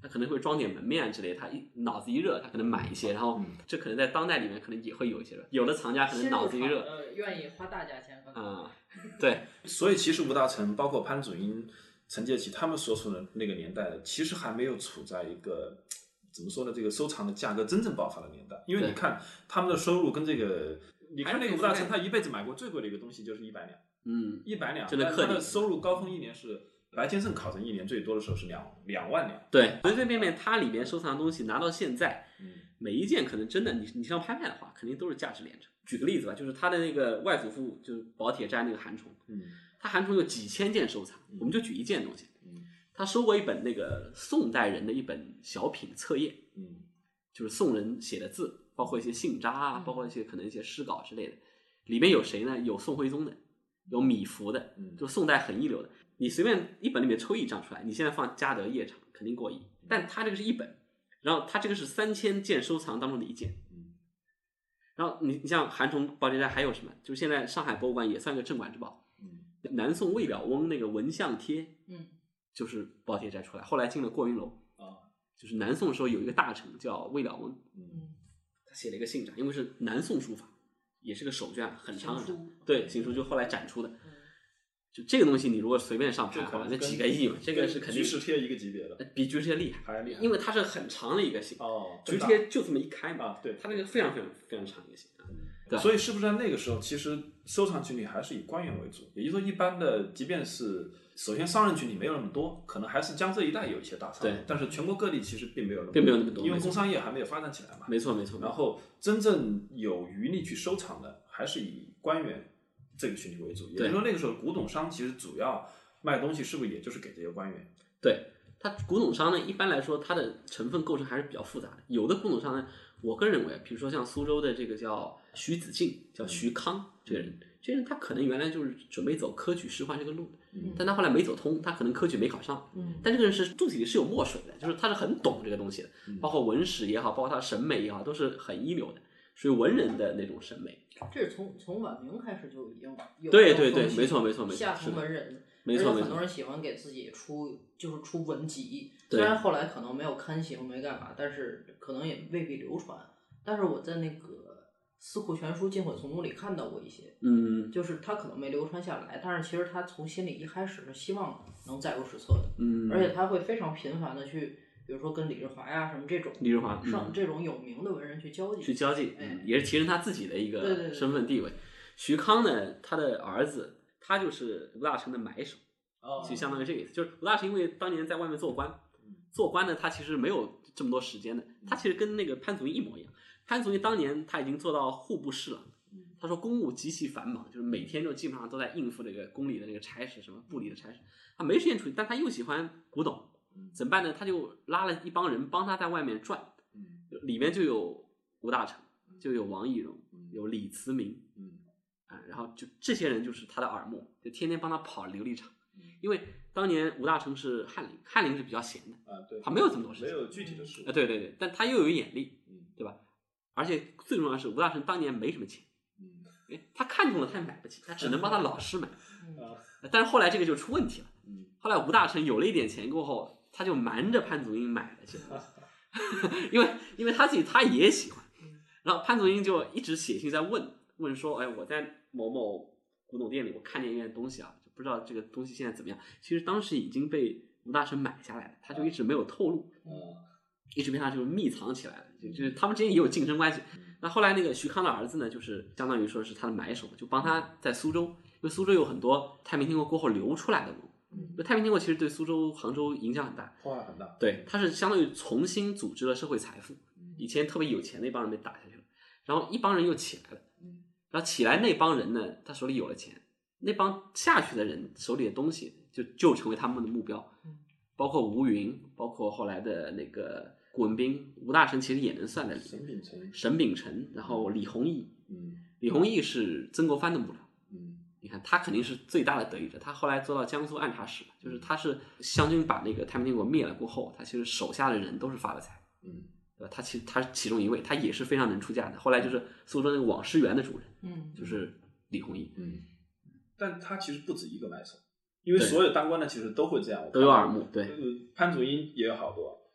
他可能会装点门面之类的，他脑子一热，他可能买一些，然后这可能在当代里面可能也会有一些人，有的藏家可能脑子一热， 愿意花大价钱对， 所以其实吴大成包括潘祖英、陈介琪他们所处的那个年代，其实还没有处在一个怎么说呢，这个收藏的价格真正爆发的年代。因为你看他们的收入跟这个，你看那个吴大成，他一辈子买过最贵的一个东西就是100两，100两，但他的收入高峰一年是白先胜考证一年最多的时候是2万两。 对，随随便便他里面收藏的东西拿到现在，每一件可能真的你上拍卖的话，肯定都是价值连城。举个例子吧，就是他的那个外祖父就是宝铁斋那个韩崇，他韩崇有几千件收藏，我们就举一件东西，他收过一本那个宋代人的一本小品册页，就是宋人写的字，包括一些信札啊，包括一些可能一些诗稿之类的，里面有谁呢？有宋徽宗的，有米芾的，就宋代很一流的。你随便一本里面抽一张出来，你现在放嘉德夜场肯定过亿，但他这个是一本，然后他这个是3000件收藏当中的一件。然后你像韩崇、宝铁斋还有什么？就是现在上海博物馆也算个镇馆之宝。南宋魏了翁那个文相帖，就是宝铁斋出来，后来进了过云楼。就是南宋的时候有一个大臣叫魏了翁，他写了一个信札，因为是南宋书法，也是个手卷，很长很长。对，行书就后来展出的。就这个东西，你如果随便上拍的话，那几个亿嘛，这个是肯定。 居士帖一个级别的， 比居士帖厉害， 还厉害， 因为它是很长的一个信。居士帖就这么一开嘛，对，它那个非常非常非常长一个信。 所以是不是在那个时候，其实收藏群体还是以官员为主？也就是说，一般的，即便是首先商人群体没有那么多，可能还是江浙一带有一些大商，但是全国各地其实并没有那么多，因为工商业还没有发展起来嘛。 没错。 然后真正有余力去收藏的，还是以官员这个群体为主。也就是说，那个时候古董商其实主要卖东西，是不是也就是给这些官员？ 对，它古董商呢，一般来说它的成分构成还是比较复杂的。有的古董商呢，我个人认为，比如说像苏州的这个叫徐子敬，叫徐康这个人，他可能原来就是准备走科举仕宦这个路的，但他后来没走通，他可能科举没考上，但这个人是肚子里是有墨水的，就是他是很懂这个东西的，包括文史也好，包括他的审美也好，都是很一流的，属于文人的那种审美。 这是从晚明开始就已经有对，没错， 下层文人， 没错， 很多人喜欢给自己出文集，虽然后来可能没有刊行没干嘛，但是可能也未必流传。但是我在那个《四库全书禁讳丛中》里看到过一些，就是他可能没流传下来，但是其实他从心里一开始是希望能载入史册的，而且他会非常频繁的去，比如说跟李日华呀什么这种上这种有名的文人去交际， 也是提升他自己的一个身份地位。徐康呢，他的儿子他就是吴大成的买手，就相当于这个意思。就是吴大成因为当年在外面做官呢，他其实没有这么多时间的，他其实跟那个潘祖英一模一样。潘祖英当年他已经做到户部侍郎，他说公务极其繁忙，就是每天就基本上都在应付这个宫里的那个差事，什么部里的差事，他没时间处理，但他又喜欢古董，怎么办呢？他就拉了一帮人帮他在外面转，里面就有吴大成，就有王懿荣，有李慈铭，然后就这些人就是他的耳目，就天天帮他跑琉璃厂，因为当年吴大成是翰林是比较闲的， 对， 他没有这么多事情， 没有具体的事， 对，但他又有眼力，对吧？而且最重要的是，吴大成当年没什么钱，他看中了他也买不起，他只能帮他老师买，但是后来这个就出问题了，后来吴大成有了一点钱过后，他就瞒着潘祖英买了这些，因为他自己他也喜欢，然后潘祖英就一直写信在问说，我在某某古董店里我看见一件东西啊，就不知道这个东西现在怎么样。其实当时已经被吴大成买下来了，他就一直没有透露，一直被他就是密藏起来了，就是他们之间也有竞争关系。那后来那个徐康的儿子呢，就是相当于说是他的买手，就帮他在苏州，因为苏州有很多太平天国过后流出来的文，太平天国其实对苏州、杭州影响很大， 破坏很大。 对，他是相当于重新组织了社会财富，以前特别有钱的一帮人被打下去了，然后一帮人又起来了，然后起来那帮人呢，他手里有了钱，那帮下去的人手里的东西就成为他们的目标，包括吴云，包括后来的那个顾文彬，吴大成其实也能算在里面，沈秉成，然后李弘毅，李弘毅是曾国藩的幕僚，你看他肯定是最大的得益者，他后来做到江苏按察使，就是他是湘军把那个太平天国灭了过后，他其实手下的人都是发了财，对吧？他是其中一位，他也是非常能出价的。后来就是苏州那个网师园的主人，就是李弘毅， 但他其实不止一个买手，因为所有当官的其实都会这样， 都有耳目，对， 潘祖英也有好多，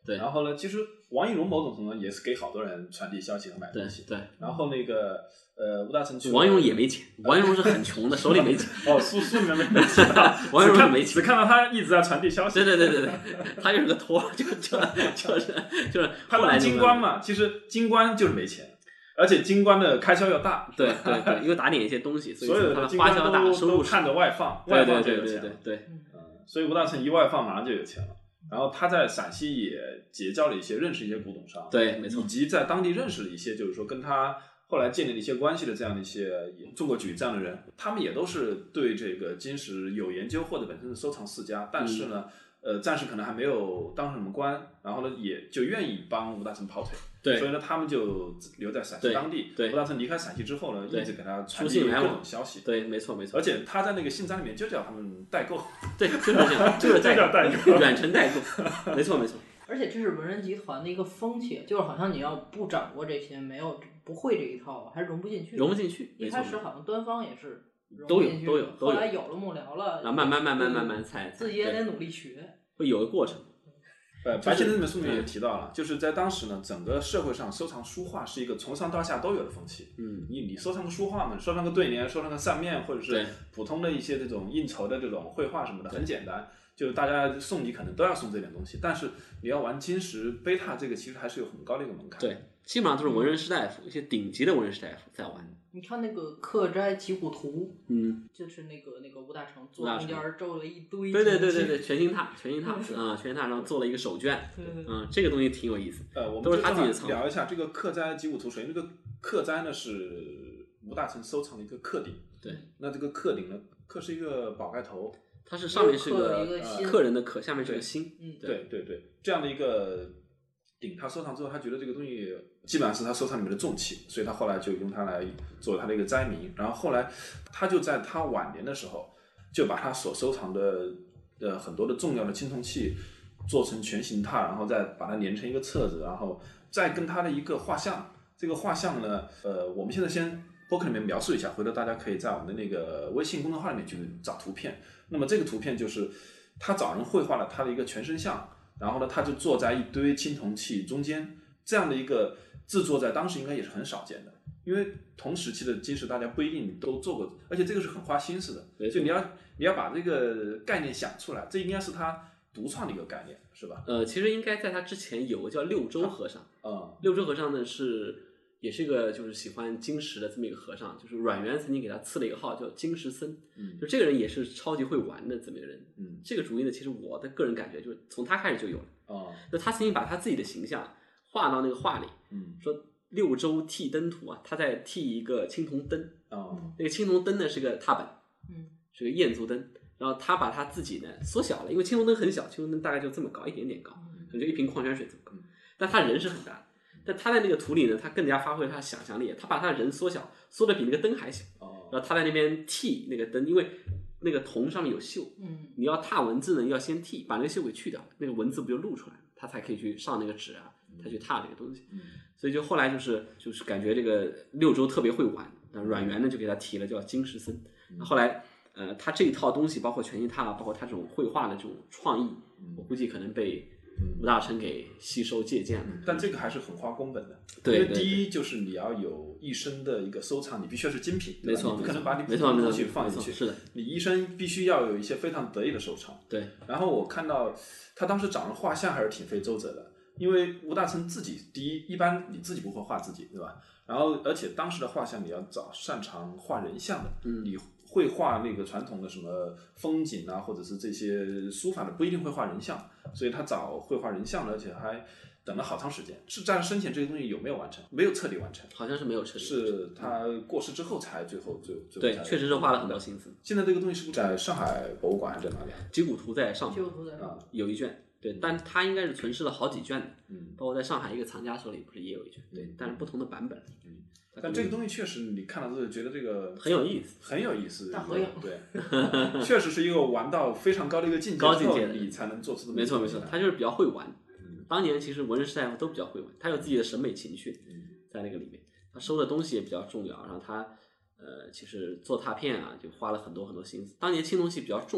对。 然后呢，其实王一龙某种程度也是给好多人传递消息和买东西。 对。 然后那个吴大成王一龙也没钱，王一龙是很穷的，手里没钱。 书里面没提到， 王一龙没钱， 只看到他一直在传递消息。 对，他就是个托，就是他当京官嘛，其实京官就是没钱。而且京官的开销要大， 对，因为打点一些东西，所有的花销大，收入看着外放，外放就有钱。对， 所以吴大成一外放马上就有钱了。然后他在陕西也结交了认识一些古董商， 对，没错， 以及在当地认识了一些，就是说跟他后来建立了一些关系的这样的一些中国举这样的人，他们也都是对这个金石有研究或者本身是收藏世家，但是呢，暂时可能还没有当上什么官，然后呢，也就愿意帮吴大成跑腿。 对， 所以呢，他们就留在陕西当地。 对， 吴大成离开陕西之后呢，一直给他传递各种消息。 对，没错。 而且他在那个信札里面就叫他们代购。 对，就是这样，就是代购， 远程代购。没错。 而且这是文人集团的一个风气，就是好像你要不掌握这些，不会这一套，还融不进去。一开始好像端方也是都有， 后来有了幕僚了， 然后慢慢才自己也得努力学， 会有个过程。 白先生这本书里面也提到了，就是在当时呢，整个社会上收藏书画是一个从上到下都有的风气。你收藏个书画嘛，收藏个对联，收藏个扇面，或者是普通的一些这种应酬的这种绘画什么的，很简单。就大家送你可能都要送这点东西，但是你要玩金石碑拓这个，其实还是有很高的一个门槛。 对，基本上都是文人士大夫，一些顶级的文人士大夫在玩。 你看那个《刻斋集古图》，就是那个吴大成坐中间皱了一堆。 对，全心拓全心拓上做了一个手卷。这个东西挺有意思。 我们都是他自己的藏。 聊一下这个《刻斋集古图》，首先这个刻斋呢是吴大成收藏的一个刻鼎。 对， 那这个刻鼎呢，刻是一个宝盖头。 它是上面是个客人的客，下面是个心。 对，这样的一个鼎，他收藏之后，他觉得这个东西基本上是他收藏里面的重器，所以他后来就用它来做他的一个斋名。然后后来他就在他晚年的时候，就把他所收藏的很多的重要的青铜器做成全形拓，然后再把它粘成一个册子，然后再跟他的一个画像。这个画像呢，我们现在先播客里面描述一下，回头大家可以在我们的那个微信公众号里面去找图片。那么这个图片就是他找人绘画了他的一个全身像，然后呢，他就坐在一堆青铜器中间，这样的一个制作在当时应该也是很少见的，因为同时期的金石大家不一定都做过，而且这个是很花心思的，就你要把这个概念想出来，这应该是他独创的一个概念，是吧？ 其实应该在他之前有个叫六州和尚。六州和尚呢也是一个就是喜欢金石的这么一个和尚，就是阮元曾经给他赐了一个号叫金石僧。就这个人也是超级会玩的这么一个人。这个主意呢，其实我的个人感觉就是从他开始就有了。就他曾经把他自己的形象画到那个画里，说六州剃灯图啊，他在剃一个青铜灯。那个青铜灯呢是个拓本，是个燕足灯。然后他把他自己呢缩小了，因为青铜灯很小，青铜灯大概就这么高，一点点高，可能就一瓶矿泉水这么高。但他人是很大的。但他在那个图里呢，他更加发挥他的想象力，他把他的人缩小，缩得比那个灯还小。然后他在那边剃那个灯，因为那个铜上面有锈，你要拓文字呢，要先剃，把那个锈给去掉，那个文字不就露出来了，他才可以去上那个纸啊，他去拓这个东西。所以就后来就是感觉这个六州特别会玩，阮元呢就给他提了叫金石僧。后来他这一套东西，包括全息拓，包括他这种绘画的这种创意，我估计可能被吴大成给吸收借鉴了。 但这个还是很花工本的。 对， 因为第一就是你要有一身的一个收藏，你必须要是精品， 没错， 你不可能把你普通的东西放进去。 是的， 你一身必须要有一些非常得意的收藏。 对。 然后我看到他当时找人画像还是挺费周折的，因为吴大成自己第一，一般你自己不会画自己，对吧？然后而且当时的画像你要找擅长画人像的，你会画那个传统的什么风景啊，或者是这些书法的，不一定会画人像，所以他找会画人像的，而且还等了好长时间。是在生前这个东西有没有完成？没有彻底完成， 好像是没有彻底， 是他过世之后才最后对，确实是花了很多心思。 现在这个东西是不是在上海博物馆还是在哪里？ 集古图在上海，有一卷，对，但它应该是存世了好几卷的，包括在上海一个藏家手里不是也有一卷，对，但是不同的版本。 但这个东西确实，你看了之后觉得这个很有意思， 很有意思。 大合影， 对，确实是一个玩到非常高的一个境界， 高境界你才能做出这么没错，他就是比较会玩。当年其实文人士大夫都比较会玩，他有自己的审美情趣在那个里面，他收的东西也比较重要，然后他其实做拓片啊，就花了很多很多心思。当年青铜器比较重，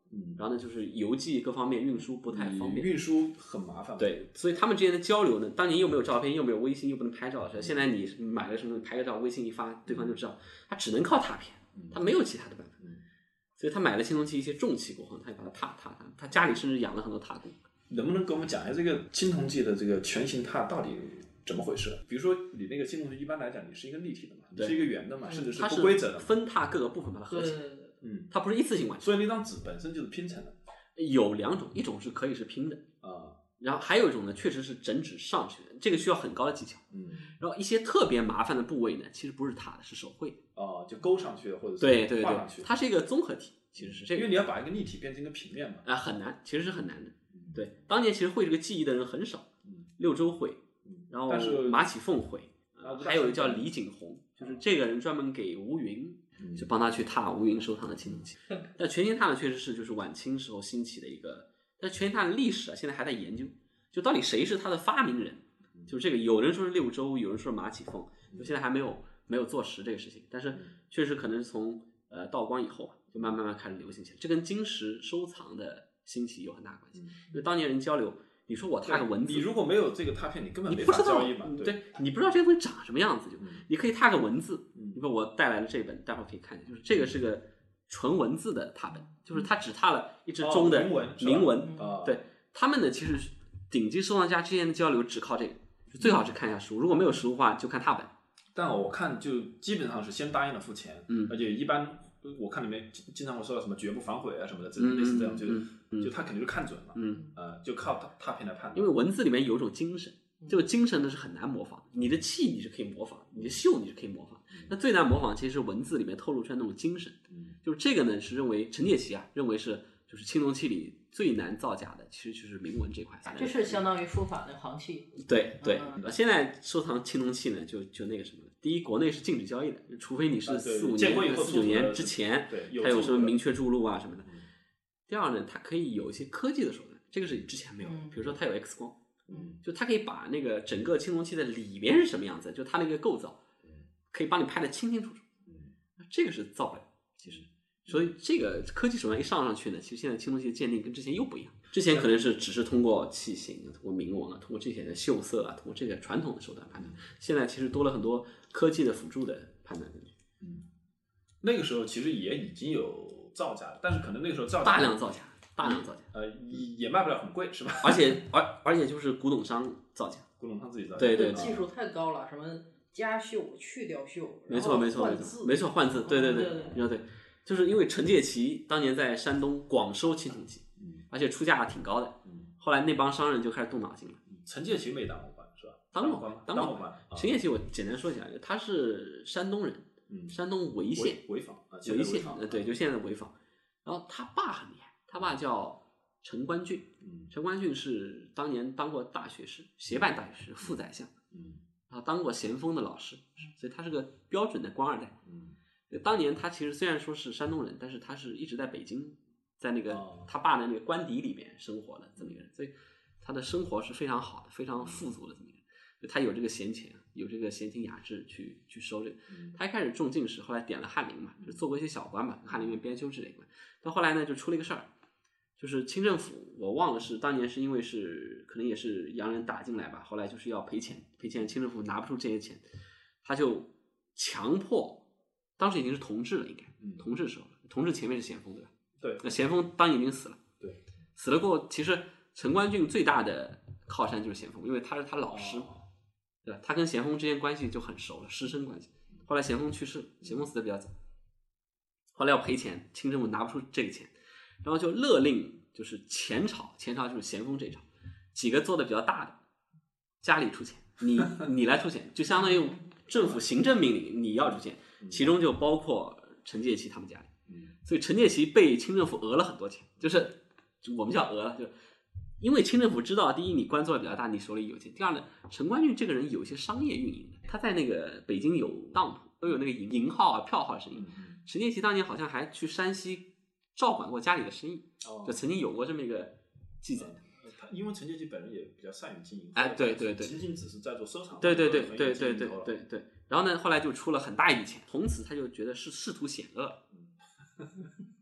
然后呢就是邮寄各方面运输不太方便， 运输很麻烦。 对，所以他们之间的交流呢，当年又没有照片，又没有微信，又不能拍照，现在你买了什么拍个照，微信一发，对方就知道，他只能靠拓片，他没有其他的办法。所以他买了青铜器一些重器过后，他就把它拓，他家里甚至养了很多拓工。 能不能给我们讲一下这个青铜器的这个全形拓到底怎么回事？比如说你那个青铜器一般来讲你是一个立体的嘛，你是一个圆的嘛，甚至是不规则的， 它是分拓各个部分把它合起来。它不是一次性完成。 所以那张纸本身就是拼成的。 有两种，一种是可以是拼的然后还有一种呢，确实是整纸上去的，这个需要很高的技巧。然后一些特别麻烦的部位呢，其实不是拓的，是手绘。 就勾上去或者是画上去。 它是一个综合体，其实是这个。 因为你要把一个立体变成一个平面嘛。 很难，其实是很难的。对，当年其实绘这个技艺的人很少。六州绘，然后马启凤绘，还有一个叫李景洪，就是这个人专门给吴云。就帮他去拓吴云收藏的青铜器。但全形拓呢，确实是就是晚清时候兴起的一个，但全形拓的历史现在还在研究，就到底谁是他的发明人，就是这个有人说是六州，有人说是马启凤，就现在还没有坐实这个事情，但是确实可能从道光以后就慢慢开始流行起来，这跟金石收藏的兴起有很大关系，因为当年人交流。你说我拓个文字， 你如果没有这个拓片，你根本没法交易嘛。 对，你不知道这个东西长什么样子，你可以拓个文字。你说我带来了这本，待会儿可以看见，就是这个是个纯文字的拓本，就是他只拓了一只钟的铭文。对，他们呢其实顶级收藏家之间的交流只靠这个，最好是看一下书，如果没有书的话就看拓本。 但我看就基本上是先答应了付钱，而且一般。我看里面经常会说到什么绝不反悔啊什么的，类似这样，就他肯定是看准了，就靠拓片来判断。 因为文字里面有一种精神，这个精神呢是很难模仿。你的器你是可以模仿，你的绣你是可以模仿，那最难模仿其实是文字里面透露出来那种精神。就是这个呢是认为陈介奇认为是就是青铜器里最难造假的，其实就是铭文这块。 这是相当于书法的行器。 对，现在收藏青铜器呢就那个什么。第一，国内是禁止交易的，除非你是45年、49年之前，它有什么明确注录啊什么的。第二呢，它可以有一些科技的手段，这个是之前没有的。比如说，它有 X 光，就它可以把那个整个青铜器的里边是什么样子，就它那个构造，可以帮你拍得清清楚楚。这个是造不了，其实。所以这个科技手段一上去呢，其实现在青铜器的鉴定跟之前又不一样。之前可能是只是通过器型、通过铭文通过这些的锈色通过这个传统的手段判断。现在其实多了很多科技的辅助的判断根据。 那个时候其实也已经有造假的，但是可能那个时候造假大量造假， 也卖不了很贵，是吧？ 而且就是古董商造假， 古董商自己造假， 对， 技术太高了，什么加绣、去掉绣， 没错，换字，对。就是因为陈介奇当年在山东广收青铜器，而且出价挺高的，后来那帮商人就开始动脑筋了。 陈介奇没当过官是吧？ 当过官。陈介奇我简单说一下，他是山东人，山东潍县， 潍坊， 对，就现在的潍坊。然后他爸很厉害，他爸叫陈官俊，陈官俊是当年当过大学士，协办大学士、副宰相，然后当过咸丰的老师，所以他是个标准的官二代。当年他其实虽然说是山东人，但是他是一直在北京，在那个他爸的那个官邸里面生活的这么一个人，所以他的生活是非常好的，非常富足的这么一个人。他有这个闲钱，有这个闲情雅致去收这个。他一开始中进士，后来点了翰林嘛，就做过一些小官嘛，翰林院编修之类的。到后来呢，就出了一个事儿，就是清政府，我忘了是当年是因为是可能也是洋人打进来吧，后来就是要赔钱，清政府拿不出这些钱，他就强迫。当时已经是同治了，应该同治时候，同治前面是咸丰，对吧？ 对。 那咸丰当年已经死了， 对。 死了过后，其实陈官俊最大的靠山就是咸丰，因为他是他老师，对吧？他跟咸丰之间关系就很熟了，师生关系。后来咸丰去世，咸丰死的比较早，后来要赔钱，清政府拿不出这个钱，然后就勒令就是前朝就是咸丰这一朝，几个做的比较大的，家里出钱，你来出钱，就相当于政府行政命令你要出钱。其中就包括陈介奇他们家里，所以陈介奇被清政府讹了很多钱，就是我们叫讹了，就因为清政府知道，第一你官做的比较大，你手里有钱；第二呢，陈官俊这个人有一些商业运营的，他在那个北京有当铺，都有那个银号啊、票号生意。陈介奇当年好像还去山西照管过家里的生意，就曾经有过这么一个记载。 因为陈介奇本人也比较善于经营， 对， 仅仅只是在做收藏， 对。然后呢，后来就出了很大一笔钱，从此他就觉得是仕途险恶，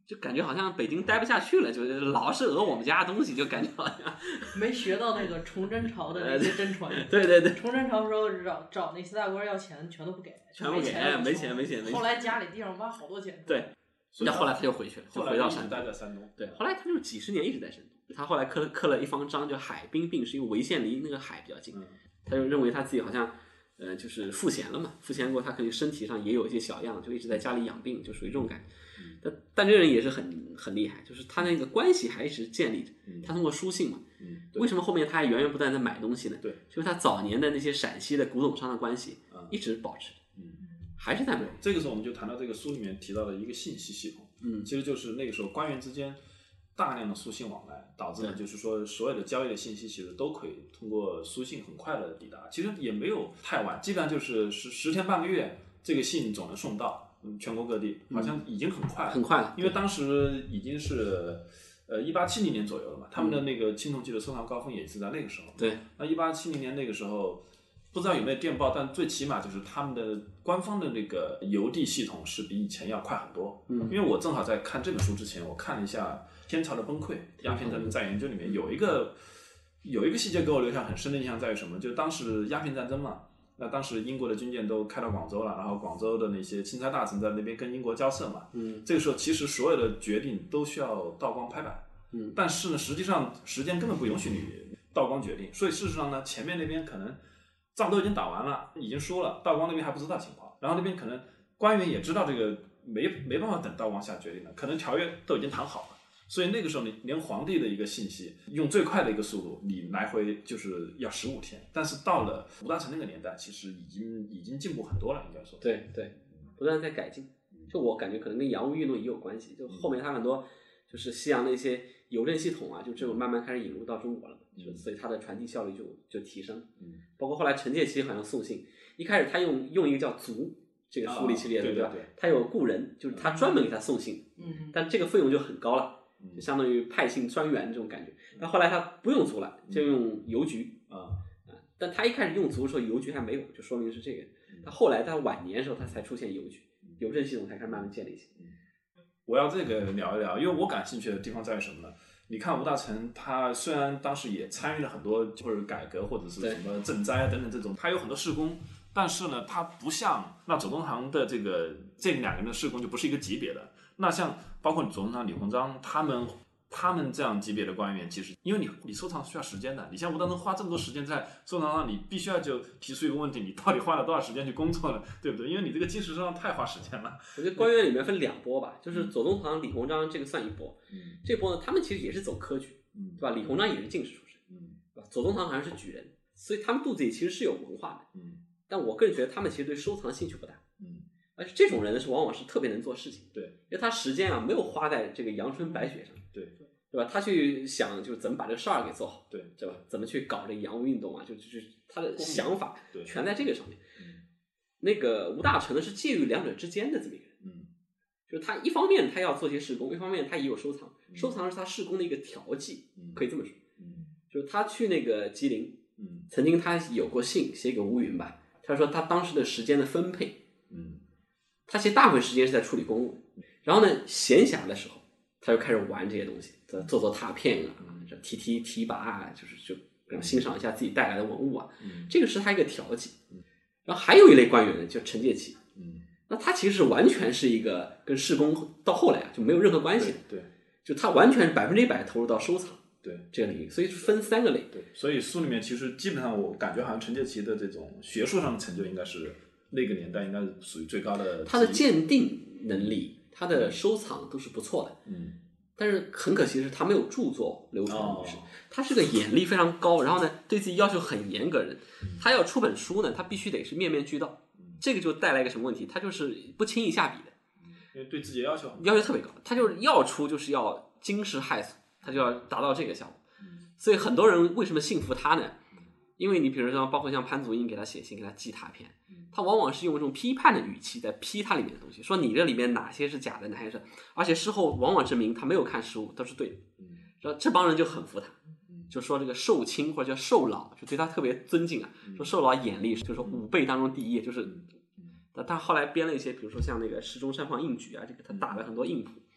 就感觉好像北京待不下去了，就是老是讹我们家的东西，就感觉好像没学到那个崇祯朝的那些真传。 对对对， 崇祯朝时候找那四大官要钱，全都不给， 全不给，没钱。 后来家里地上挖好多钱。 对，那后来他就回去了，就回到山东， 待在山东。 对，后来他就几十年一直在山东。他后来刻了一方章，叫海滨病，是因为潍县离那个海比较近，他就认为他自己好像就是赋闲了嘛，赋闲过他可能身体上也有一些小恙，就一直在家里养病，就属于这种感觉。但这个人也是很厉害，就是他那个关系还一直建立着。他通过书信嘛，为什么后面他还源源不断在买东西呢？ 对， 就是他早年的那些陕西的古董商的关系一直保持，还是在买。 这个时候我们就谈到这个书里面提到的一个信息系统，其实就是那个时候官员之间大量的书信往来，导致呢就是说所有的交易的信息其实都可以通过书信很快的抵达，其实也没有太晚，基本上就是10天半个月，这个信总能送到全国各地，好像已经很快了， 很快了， 因为当时已经是1870年左右了嘛，他们的那个青铜器的收藏高峰也是在那个时候。 对， 那1870年那个时候，不知道有没有电报，但最起码就是他们的官方的那个邮递系统是比以前要快很多。因为我正好在看这本书之前，我看了一下《天朝的崩溃》鸦片战争再研究里面有一个细节给我留下很深的印象，在于什么？就当时鸦片战争嘛。那当时英国的军舰都开到广州了，然后广州的那些钦差大臣在那边跟英国交涉嘛。这个时候其实所有的决定都需要道光拍板。但是呢，实际上时间根本不允许你道光决定，所以事实上呢，前面那边可能仗都已经打完了，已经输了，道光那边还不知道情况，然后那边可能官员也知道这个没办法等道光下决定了，可能条约都已经谈好了。所以那个时候你连皇帝的一个信息用最快的一个速度，你来回就是要15天。但是到了吴大成那个年代，其实已经进步很多了，应该说。 对对，不断在改进。就我感觉可能跟洋务运动也有关系，就后面他很多就是西洋的一些邮政系统啊，就这种慢慢开始引入到中国了，所以它的传递效率就提升。包括后来陈介期好像送信，一开始他用一个叫卒这个书里系列的，对吧？他有雇人，就是他专门给他送信，但这个费用就很高了。就相当于派信专员这种感觉，但后来他不用卒了，就用邮局但他一开始用卒的时候，邮局还没有，就说明是这个。他后来他晚年的时候，他才出现邮局，邮政系统才开始慢慢建立起来。 我要这个聊一聊，因为我感兴趣的地方在于什么呢？你看吴大成，他虽然当时也参与了很多或者改革或者是什么赈灾等等这种，他有很多事功，但是呢，他不像那左宗棠的这两个人的事功就不是一个级别的。那像包括左宗棠、李鸿章他们这样级别的官员，其实因为你收藏需要时间的，你像吴大成花这么多时间在收藏上，你必须要就提出一个问题，你到底花了多少时间去工作了，对不对？因为你这个技术上太花时间了。 我觉得官员里面分两波吧，就是左宗棠、李鸿章这个算一波，这波呢他们其实也是走科举，对吧？李鸿章也是进士出身，对吧？左宗棠好像是举人，所以他们肚子里其实是有文化的，但我个人觉得他们其实对收藏兴趣不大，而且这种人呢是往往是特别能做事情， 对， 因为他时间啊没有花在这个阳春白雪上， 对吧？他去想就是怎么把这个事儿给做好， 对吧？怎么去搞这个洋务运动啊？就是他的想法全在这个上面。那个吴大成呢是介于两者之间的这么一个人，就是他一方面他要做些事功，一方面他也有收藏，收藏是他事功的一个调剂，可以这么说。就是他去那个吉林，曾经他有过信写给吴云吧，他说他当时的时间的分配。他其实大部分时间是在处理公务，然后呢，闲暇的时候，他就开始玩这些东西，做拓片啊，提拔啊，就欣赏一下自己带来的文物啊，这个是他一个调剂。然后还有一类官员呢，叫陈介期，那他其实是完全是一个跟事功到后来啊就没有任何关系的， 对， 就他完全100%投入到收藏， 对这个领域，所以是分3个类。 对，所以书里面其实基本上我感觉好像陈介期的这种学术上的成就应该是。那个年代应该是属于最高的， 他的鉴定能力，他的收藏都是不错的，但是很可惜的是他没有著作流传于世，他是个眼力非常高，然后呢对自己要求很严格的人，他要出本书呢，他必须得是面面俱到，这个就带来一个什么问题？他就是不轻易下笔的， 因为对自己的要求特别高，他就是要出就是要惊世骇俗，他就要达到这个效果，所以很多人为什么信服他呢？因为你比如说包括像潘祖英给他写信给他寄拓片，他往往是用这种批判的语气在批他里面的东西，说你这里面哪些是假的，哪些是，而且事后往往证明他没有看实物都是对的，然后这帮人就很服他，就说这个寿卿或者叫寿老就对他特别尊敬啊，说寿老眼力就是说5辈当中第一，就是他后来编了一些比如说像那个石钟山房印举啊，这个他打了很多印谱，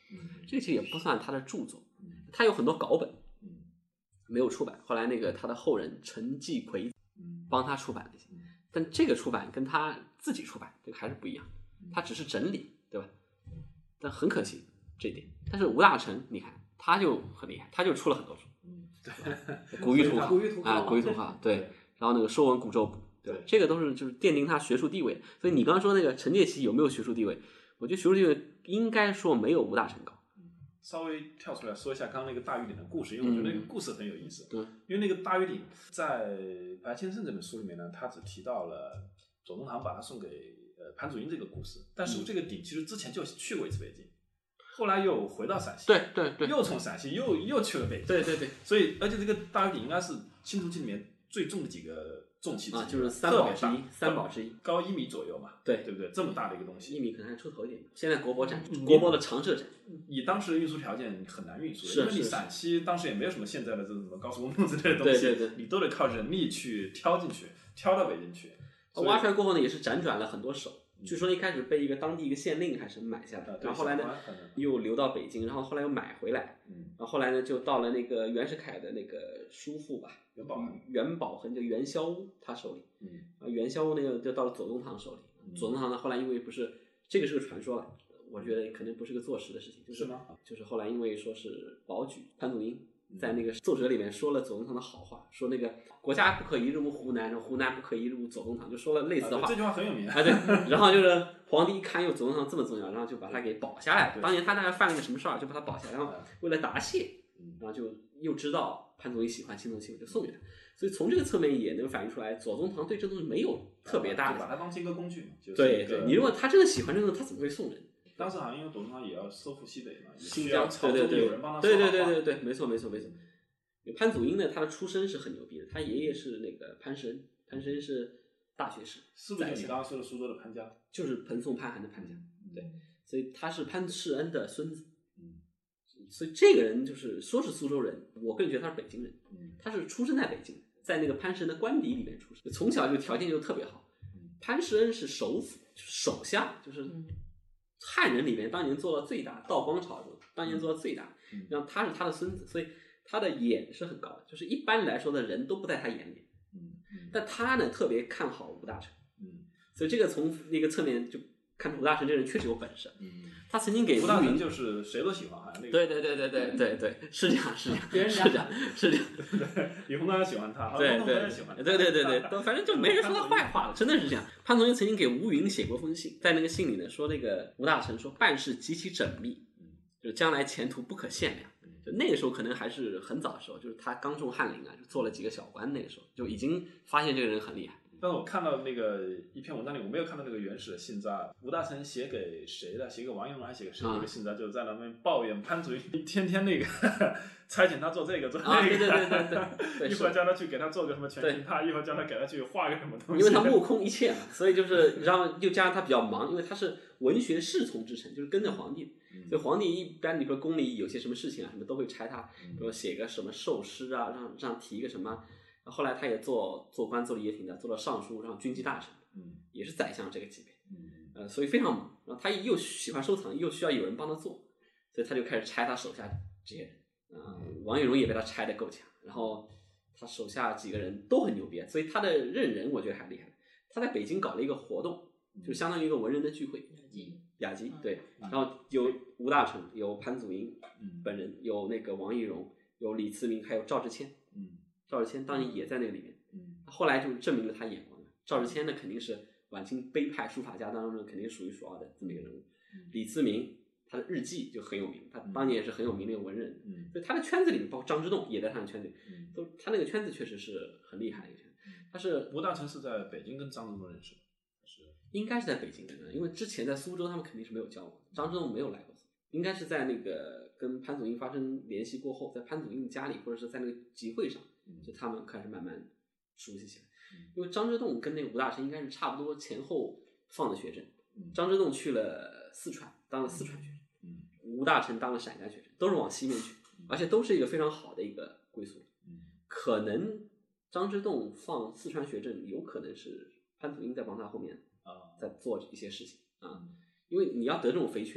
这个其实也不算他的著作，他有很多稿本，没有出版。后来那个他的后人陈继奎帮他出版了一些，但这个出版跟他自己出版这个还是不一样，他只是整理，对吧？但很可惜这一点。但是吴大成，你看他就很厉害，他就出了很多书，对，古玉图啊，古玉图画，对，然后那个《说文古咒谱》，对，这个都是就是奠定他学术地位。所以你刚刚说那个陈介琪有没有学术地位？我觉得学术地位应该说没有吴大成高。 稍微跳出来说一下刚刚那个大禹鼎的故事，因为我觉得那个故事很有意思。 对， 因为那个大禹鼎在白先生这本书里面呢，他只提到了左宗棠把他送给潘祖英这个故事，但是这个鼎其实之前就去过一次北京，后来又回到陕西， 对， 又从陕西又去了北京， 对， 所以而且这个大禹鼎应该是青铜器里面最重的几个重器之一， 就是三宝之一， 高1米左右嘛，对不对？这么大的一个东西， 1米可能还出头一点。现在国博展，国博的长社展， 以当时的运输条件很难运输，因为你陕西当时也没有什么现在的这种什么高速公路之类的东西， 对， 你都得靠人力去挑进去，挑到北京去。 挖出来过后呢，也是辗转了很多手。据说一开始被一个当地一个县令还是买下来，然后后来呢又流到北京，然后后来又买回来，然后后来呢就到了那个袁世凯的那个叔父吧，袁宝恒就袁霄屋他手里，袁霄屋那个就到了左宗棠手里，左宗棠呢后来因为不是这个是个传说了，我觉得可能不是个坐实的事情， 是吗？ 就是后来因为说是保举潘祖英在那个奏折里面说了左宗棠的好话，说那个国家不可移入湖南，湖南不可移入左宗棠，就说了类似的话。 这句话很有名对，然后就是皇帝一看有左宗棠这么重要，然后就把他给保下来。当年他大概犯了个什么事儿，就把他保下来，然后为了答谢，然后就又知道潘祖英喜欢青铜器，就送给他。所以从这个侧面也能反映出来，左宗棠对这东西没有特别大的， 把它当成一个工具嘛。 对，你如果他真的喜欢这个东西，他怎么会送人？ 当时好像因为左宗棠也要收复西北嘛， 新疆，对，没错。潘祖英呢，他的出身是很牛逼的，他爷爷是那个潘世恩，潘世恩是大学士， 是不是你刚刚说的苏州的潘家？ 就是彭宋潘韩的潘家，对，所以他是潘世恩的孙子，所以这个人就是说是苏州人，我个人觉得他是北京人，他是出生在北京，在那个潘世恩的官邸里面出生，从小就条件就特别好。潘世恩是首辅，首相，就是汉人里面当年做到最大，道光朝中当年做到最大，然后他是他的孙子，所以他的眼是很高的，就是一般来说的人都不在他眼里，但他呢特别看好吴大成，所以这个从那个侧面就看出吴大成这人确实有本事，他曾经给吴大成就是谁都喜欢哈， 对，是这样，别人是这样， 李鸿章也喜欢他， 对， 喜欢他， 对，反正就没人说他坏话了，真的是这样。潘祖英曾经给吴云写过封信，在那个信里呢说那个吴大成说办事极其缜密，就将来前途不可限量。就那个时候可能还是很早的时候，就是他刚中翰林啊，就做了几个小官，那个时候就已经发现这个人很厉害。 但是我看到那个一篇文章里，我没有看到那个原始的信札，吴大成写给谁的？写给王应龙还是写给谁的一个信札？就是在那边抱怨潘祖英天天那个差遣他做这个做那个，对，一会儿叫他去给他做个什么全形态，一会儿叫他给他去画个什么东西。 因为他目空一切嘛，所以就是然后又加上他比较忙，因为他是文学侍从之臣，就是跟着皇帝，所以皇帝一般你说宫里有些什么事情啊，什么都会差他，比如写个什么授诗啊，让提一个什么。后来他也做官做的也挺大，做了尚书，然后军机大臣，也是宰相这个级别，所以非常忙。然后他又喜欢收藏，又需要有人帮他做，所以他就开始拆他手下这些人。王玉荣也被他拆得够强，然后他手下几个人都很牛逼，所以他的任人我觉得还厉害。他在北京搞了一个活动，就相当于一个文人的聚会，雅集，对，然后有吴大成，有潘祖英本人，有那个王玉荣，有李慈铭，还有赵之谦。赵之谦当年也在那个里面，后来就证明了他眼光了。赵之谦呢，肯定是晚清徽派书法家当中肯定数一数二的这么一个人物。李慈铭他的日记就很有名，他当年也是很有名的一个文人，所以他的圈子里面，包括张之洞也在他的圈子里，他那个圈子确实是很厉害的一个圈子。他是吴大成是在北京跟张之洞认识的， 应该是在北京的，因为之前在苏州他们肯定是没有交往，张之洞没有来过，应该是在那个跟潘祖英发生联系过后，在潘祖英家里或者是在那个集会上。就他们开始慢慢熟悉起来，因为张之洞跟那个吴大成应该是差不多前后放的学生，张之洞去了四川当了四川学生，吴大成当了陕甘学生，都是往西面去，而且都是一个非常好的一个归宿。可能张之洞放四川学政，有可能是潘祖英在帮他后面在做一些事情啊，因为你要得这种肥缺，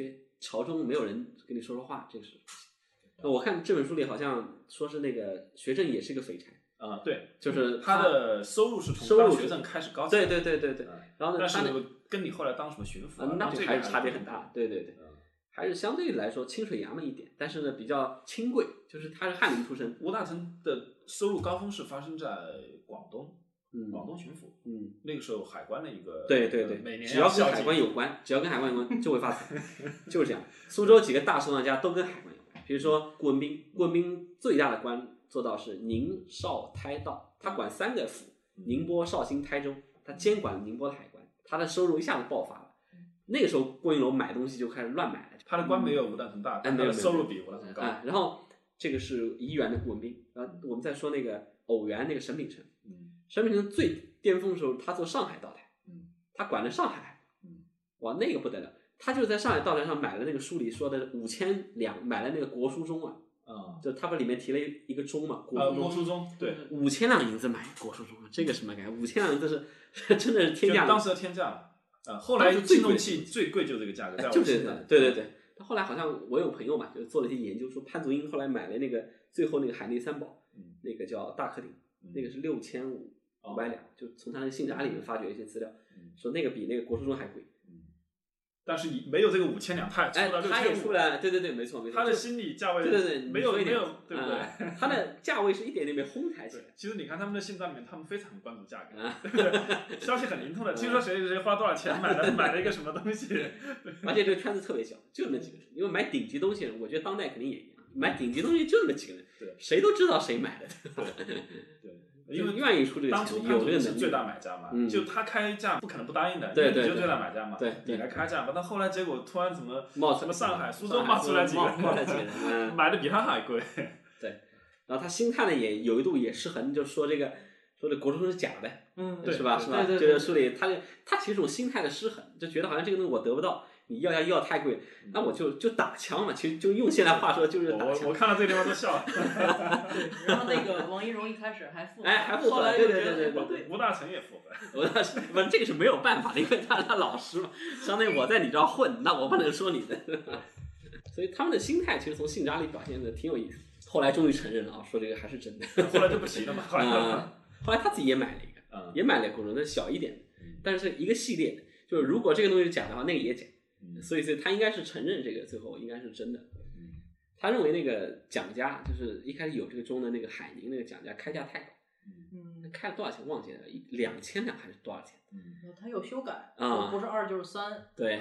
朝中没有人跟你说话，这个是。我看这本书里好像说是那个学政也是一个废柴。 对， 就是他的收入是从当学政开始高起来的。对。然后呢， 但是跟你后来当什么巡抚那这个还是差别很大。对。还是相对来说清水衙门一点，但是呢比较清贵，就是他是翰林出身。 吴大成的收入高峰是发生在广东，广东巡抚，那个时候海关的一个， 对， 每年只要跟海关有关就会发财，就是这样。苏州几个大收藏家都跟海关有关，比如说顾文彬最大的官做到是宁绍台道，他管3个府，宁波、绍兴、台州，他监管宁波的海关，他的收入一下子爆发了。那个时候郭云楼买东西就开始乱买了， 他的官没有吴大成大，但他的收入比吴大成高。 然后这个是怡园的顾文彬，我们再说那个偶园那个沈秉成，沈秉成最巅峰的时候，他做上海道台，他管了上海，哇，那个不得了，他就在上海道台上买了那个书里说的5000两，买了那个国书钟啊。就他不里面提了一个钟嘛， 国书钟，对 ，5000两银子买国书钟，这个什么感觉？5000两银子是真的是天价， 当时的天价了。后来青铜器最贵就这个价格， 就是对。后来好像我有朋友嘛，就做了一些研究，说潘祖英后来买了那个最后那个海内三宝，那个叫大克鼎，那个是6500两，就从他那个信札里面发掘一些资料，说那个比那个国书钟还贵。 但是没有这个5000两，他也出来，对，没错， 他的心理价位， 对， 没有，对不对？ 他的价位是一点点被哄抬起来。 其实你看他们的信札里面，他们非常关注价格，消息很灵通的，听说谁花多少钱买了一个什么东西， 而且这个圈子特别小，就那几个人，因为买顶级东西，我觉得当代肯定也一样，买顶级东西就那么几个人，谁都知道谁买的， 对。 因为愿意出这个钱，有这个能力， 是最大买家嘛，就他开价不可能不答应的， 对， 你就最大买家嘛，你来开价嘛。但后来结果突然什么上海、苏州冒出来几个人，买的比他还贵。 对，然后他心态呢也有一度也失衡，就说这国书钟是假的，是吧？就是书里他其实这种心态的失衡，就觉得好像这个东西我得不到。你要太贵，那我就打枪嘛，其实就用现在话说就是打枪。 我看到这个地方都笑了。 对，然后那个王一荣一开始还附和， 后来对， 吴大成也附和。 吴大成不是这个是没有办法的，因为他老师嘛，相当于我在你这儿混，那我不能说你的。所以他们的心态其实从信札里表现的挺有意思。后来终于承认了啊，说这个还是真的。 后来就不提了嘛。 后来他自己也买了一个，也买了国钟，那小一点的，但是一个系列的，就是如果这个东西是假的话，那个也假。所以他应该是承认这个最后应该是真的。他认为那个蒋家就是一开始有这个钟的那个海宁那个蒋家开价太高，开了多少钱忘记了，2000两还是多少钱？ 他有修改不是2就是3， 对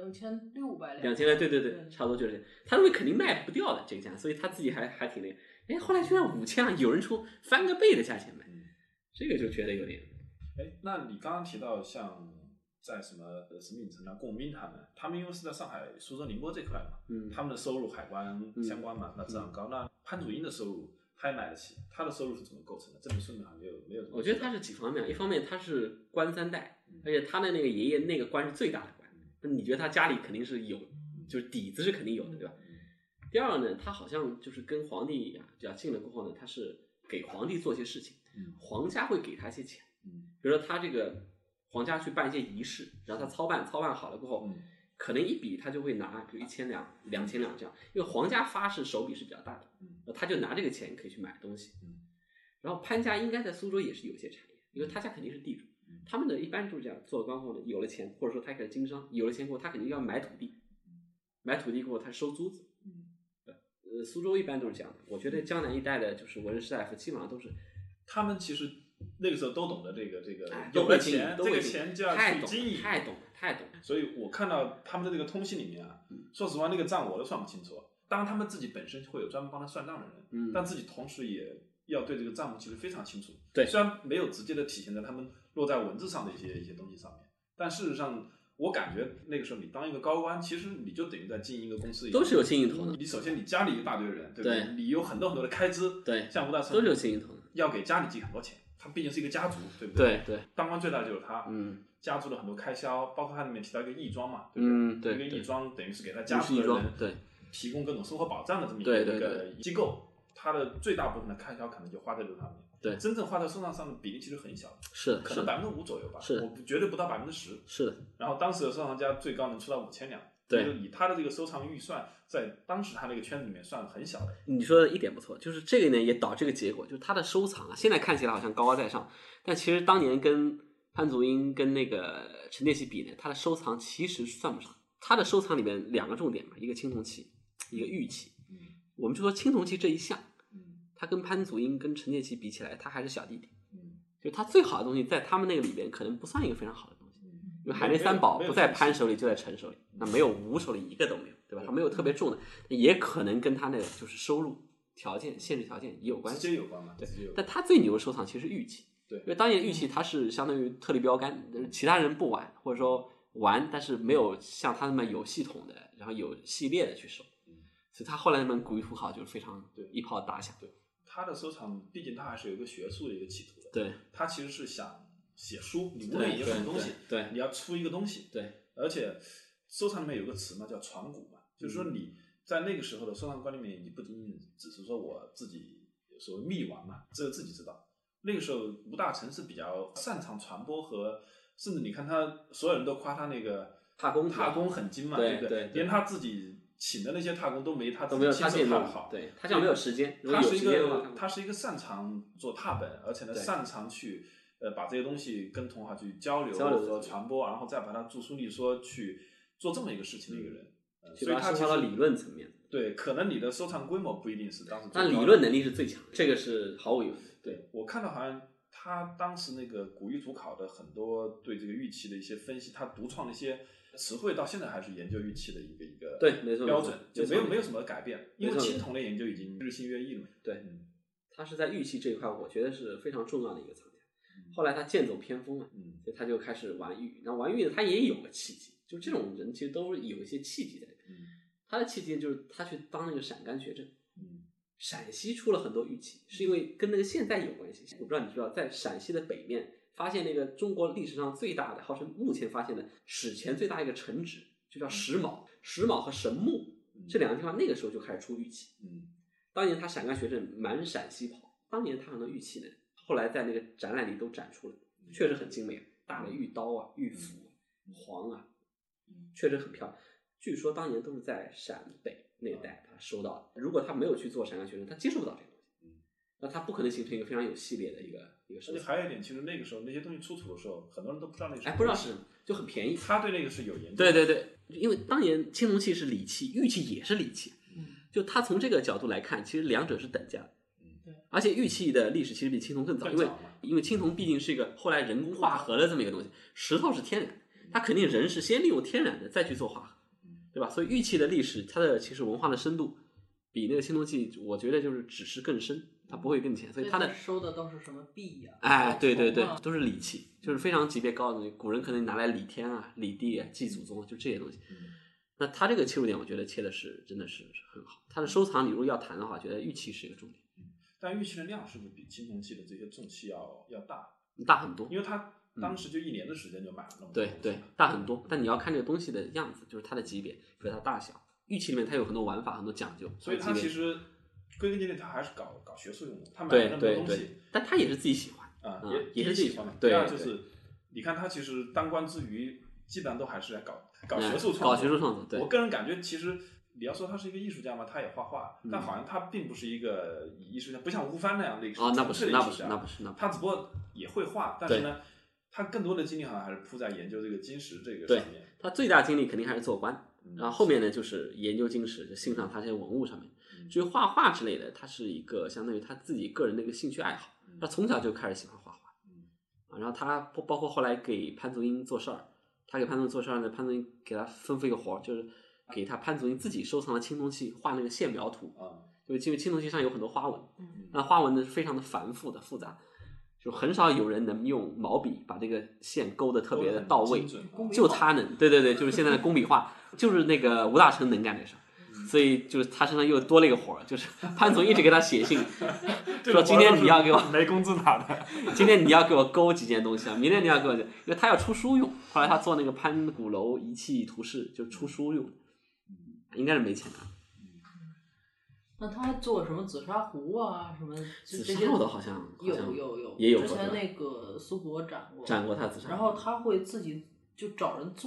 ，2600 两。2000对，差不多就是这样。他认为肯定卖不掉的这个价，所以他自己还挺那个。后来居然5000两，有人出翻个倍的价钱买，这个就觉得有点。 那你刚刚提到像。在什么沈秉成啊、顾文彬他们因为是在上海、苏州、宁波这块嘛，他们的收入海关相关嘛，那质量高。那潘祖英的收入他也买得起，他的收入是怎么构成的？这本书里面好像没有。 我觉得他是几方面，一方面他是官3代，而且他的那个爷爷那个官是最大的官，那你觉得他家里肯定是有，就是底子是肯定有的，对吧？第二呢，他好像就是跟皇帝比较近了过后呢，他是给皇帝做些事情，皇家会给他一些钱，比如说他这个。皇家去办一些仪式，然后他操办好了过后，可能一笔他就会拿，比如1000两、2000两这样，因为皇家发是手笔是比较大的，他就拿这个钱可以去买东西。然后潘家应该在苏州也是有些产业，因为他家肯定是地主，他们的一般就是这样，做了官后呢，有了钱，或者说他开始经商，有了钱过后他肯定要买土地，买土地过后他收租子。苏州一般都是这样的。我觉得江南一带的就是文人士大夫基本上都是， 他们其实。那个时候都懂得这个有了钱，这个钱就要去经营， 太懂了。 所以我看到他们的这个通信里面啊，说实话那个账我都算不清楚。当然他们自己本身会有专门帮他算账的人，但自己同时也要对这个账目其实非常清楚。 对， 虽然没有直接的体现在他们落在文字上的一些东西上面，但事实上我感觉那个时候你当一个高官，其实你就等于在经营一个公司一样， 都是有经营头的。 你首先你家里一大堆人，对不对？你有很多的开支， 对， 像吴大成都是有经营头的， 要给家里寄很多钱。他毕竟是一个家族，对不对？ 对， 当官最大的就是他，家族的很多开销，包括他里面提到一个义庄嘛，对不对？一个义庄等于是给他家族的人提供各种生活保障的这么一个机构，他的最大部分的开销可能就花在这上面。 对， 真正花在收藏上的比例其实很小， 是可能5%左右吧， 是， 我绝对不到10%。 是的。 然后当时的收藏家最高能出到5000两， 对，就是以他的这个收藏预算，在当时他那个圈子里面算很小的。 你说的一点不错，就是这个呢也导致这个结果，就是他的收藏啊，现在看起来好像高高在上，但其实当年跟潘祖英跟那个陈列器比呢，他的收藏其实算不上。他的收藏里面2个重点嘛，一个青铜器，一个玉器。我们就说青铜器这一项，他跟潘祖英跟陈列器比起来，他还是小弟弟。就他最好的东西在他们那个里边可能不算一个非常好的东西，因为海内三宝不在潘手里就在陈手里，那没有吴手里一个都没有，对吧？他没有特别重的，也可能跟他那个就是收入条件限制条件也有关系， 直接有关嘛？ 对，但他最牛的收藏其实是玉器， 对， 因为当年玉器它是相当于特立标杆，其他人不玩，或者说玩，但是没有像他们有系统的，然后有系列的去收，所以他后来那本古玉图考就是非常一炮打响。 对，他的收藏毕竟他还是有一个学术的一个企图的， 对， 他其实是想写书，你无论有什么东西， 对， 你要出一个东西， 对， 而且收藏里面有个词嘛，叫传古嘛，就是说你在那个时候的收藏观里面，你不仅仅只是说我自己所谓秘玩嘛，只有自己知道。那个时候吴大成是比较擅长传播和，甚至你看他所有人都夸他那个踏工很精嘛，对不对？连他自己请的那些踏工都没他自己亲手踏的好， 对，他讲没有时间， 他是一个擅长做踏本，而且呢擅长去把这些东西跟同行去交流和传播，然后再把它著书立说去做这么一个事情的一个人，所以他其实理论层面， 对，可能你的收藏规模不一定是当时， 但理论能力是最强，这个是毫无疑问。 对，我看到好像他当时那个古玉图考的很多对这个玉器的一些分析，他独创的一些词汇，到现在还是研究玉器的一个对，没错， 标准，就没有什么改变，因为青铜的研究已经日新月异了嘛。 对，他是在玉器这一块，我觉得是非常重要的一个藏家。后来他剑走偏锋了，所以他就开始玩玉。然后玩玉呢，他也有个契机，就这种人其实都有一些契机在里面。他的契机就是他去当那个陕甘学政。陕西出了很多玉器，是因为跟那个现代有关系。我不知道你知道，在陕西的北面发现那个中国历史上最大的，号称目前发现的史前最大一个城址，就叫石卯。石卯和神木这2个地方，那个时候就开始出玉器。当年他陕甘学政满陕西跑，当年他很多玉器呢，后来在那个展览里都展出了，确实很精美，大的玉刀啊、玉斧、黄啊，确实很漂亮。据说当年都是在陕北那一带他收到的，如果他没有去做陕甘学政，他接触不到这个东西，那他不可能形成一个非常有系列的一个收藏。 而且还有一点，其实那个时候那些东西出土的时候，很多人都不知道那是什么， 不知道是什么，就很便宜。 他对那个是有研究。 对，因为当年青铜器是礼器，玉器也是礼器，就他从这个角度来看，其实两者是等价的。而且玉器的历史其实比青铜更早，因为青铜毕竟是一个后来人工化合的这么一个东西，石头是天然的，它肯定人是先利用天然的再去做化合。对吧？所以玉器的历史，它的其实文化的深度比那个青铜器，我觉得就是只是更深，它不会更浅。所以它的收的都是什么璧呀？ 对，都是礼器，就是非常级别高的东西。古人可能拿来礼天啊、礼地啊、祭祖宗啊，就这些东西。那他这个切入点，我觉得切的是真的是很好。他的收藏，你如果要谈的话，觉得玉器是一个重点。 但玉器的量是不是比青铜器的这些重器要大很多？ 因为它当时就1年的时间就买了那么多。 对，大很多。但你要看这个东西的样子，就是它的级别，比如它大小。玉器里面它有很多玩法，很多讲究， 所以它其实归根结底，它还是搞学术用的。他买了那么多东西， 但他也是自己喜欢也是自己喜欢的。 第二就是，你看他其实当官之余，基本上都还是在搞学术创作。对， 我个人感觉，其实你要说他是一个艺术家嘛，他也画画，但好像他并不是一个艺术家，不像吴帆那样的一个那不是， 他只不过也会画，但是呢，他更多的精力好像还是扑在研究这个金石这个上面。 他最大精力肯定还是做官，然后后面呢就是研究金石，就欣赏他这些文物上面。至于画画之类的，他是一个相当于他自己个人的一个兴趣爱好，他从小就开始喜欢画画。然后他包括后来给潘祖英做事儿，他给潘祖英做事儿呢，潘祖英给他吩咐一个活儿，就是给他潘祖英自己收藏的青铜器画那个线描图。因为青铜器上有很多花纹，那花纹呢是非常的繁复的复杂，就很少有人能用毛笔把这个线勾得特别的到位，就他能。对，就是现在的工笔画，就是那个吴大成能干这事儿。所以就是他身上又多了一个活儿，就是潘祖一直给他写信，说今天你要给我没工资拿的， 今天你要给我勾几件东西啊，明天你要给我，因为他要出书用。后来他做那个潘鼓楼仪器图示，就出书用，应该是没钱拿。 那他还做什么紫砂壶啊？什么紫砂壶的好像有也有。 之前那个苏博展过他紫砂， 然后他会自己就找人做，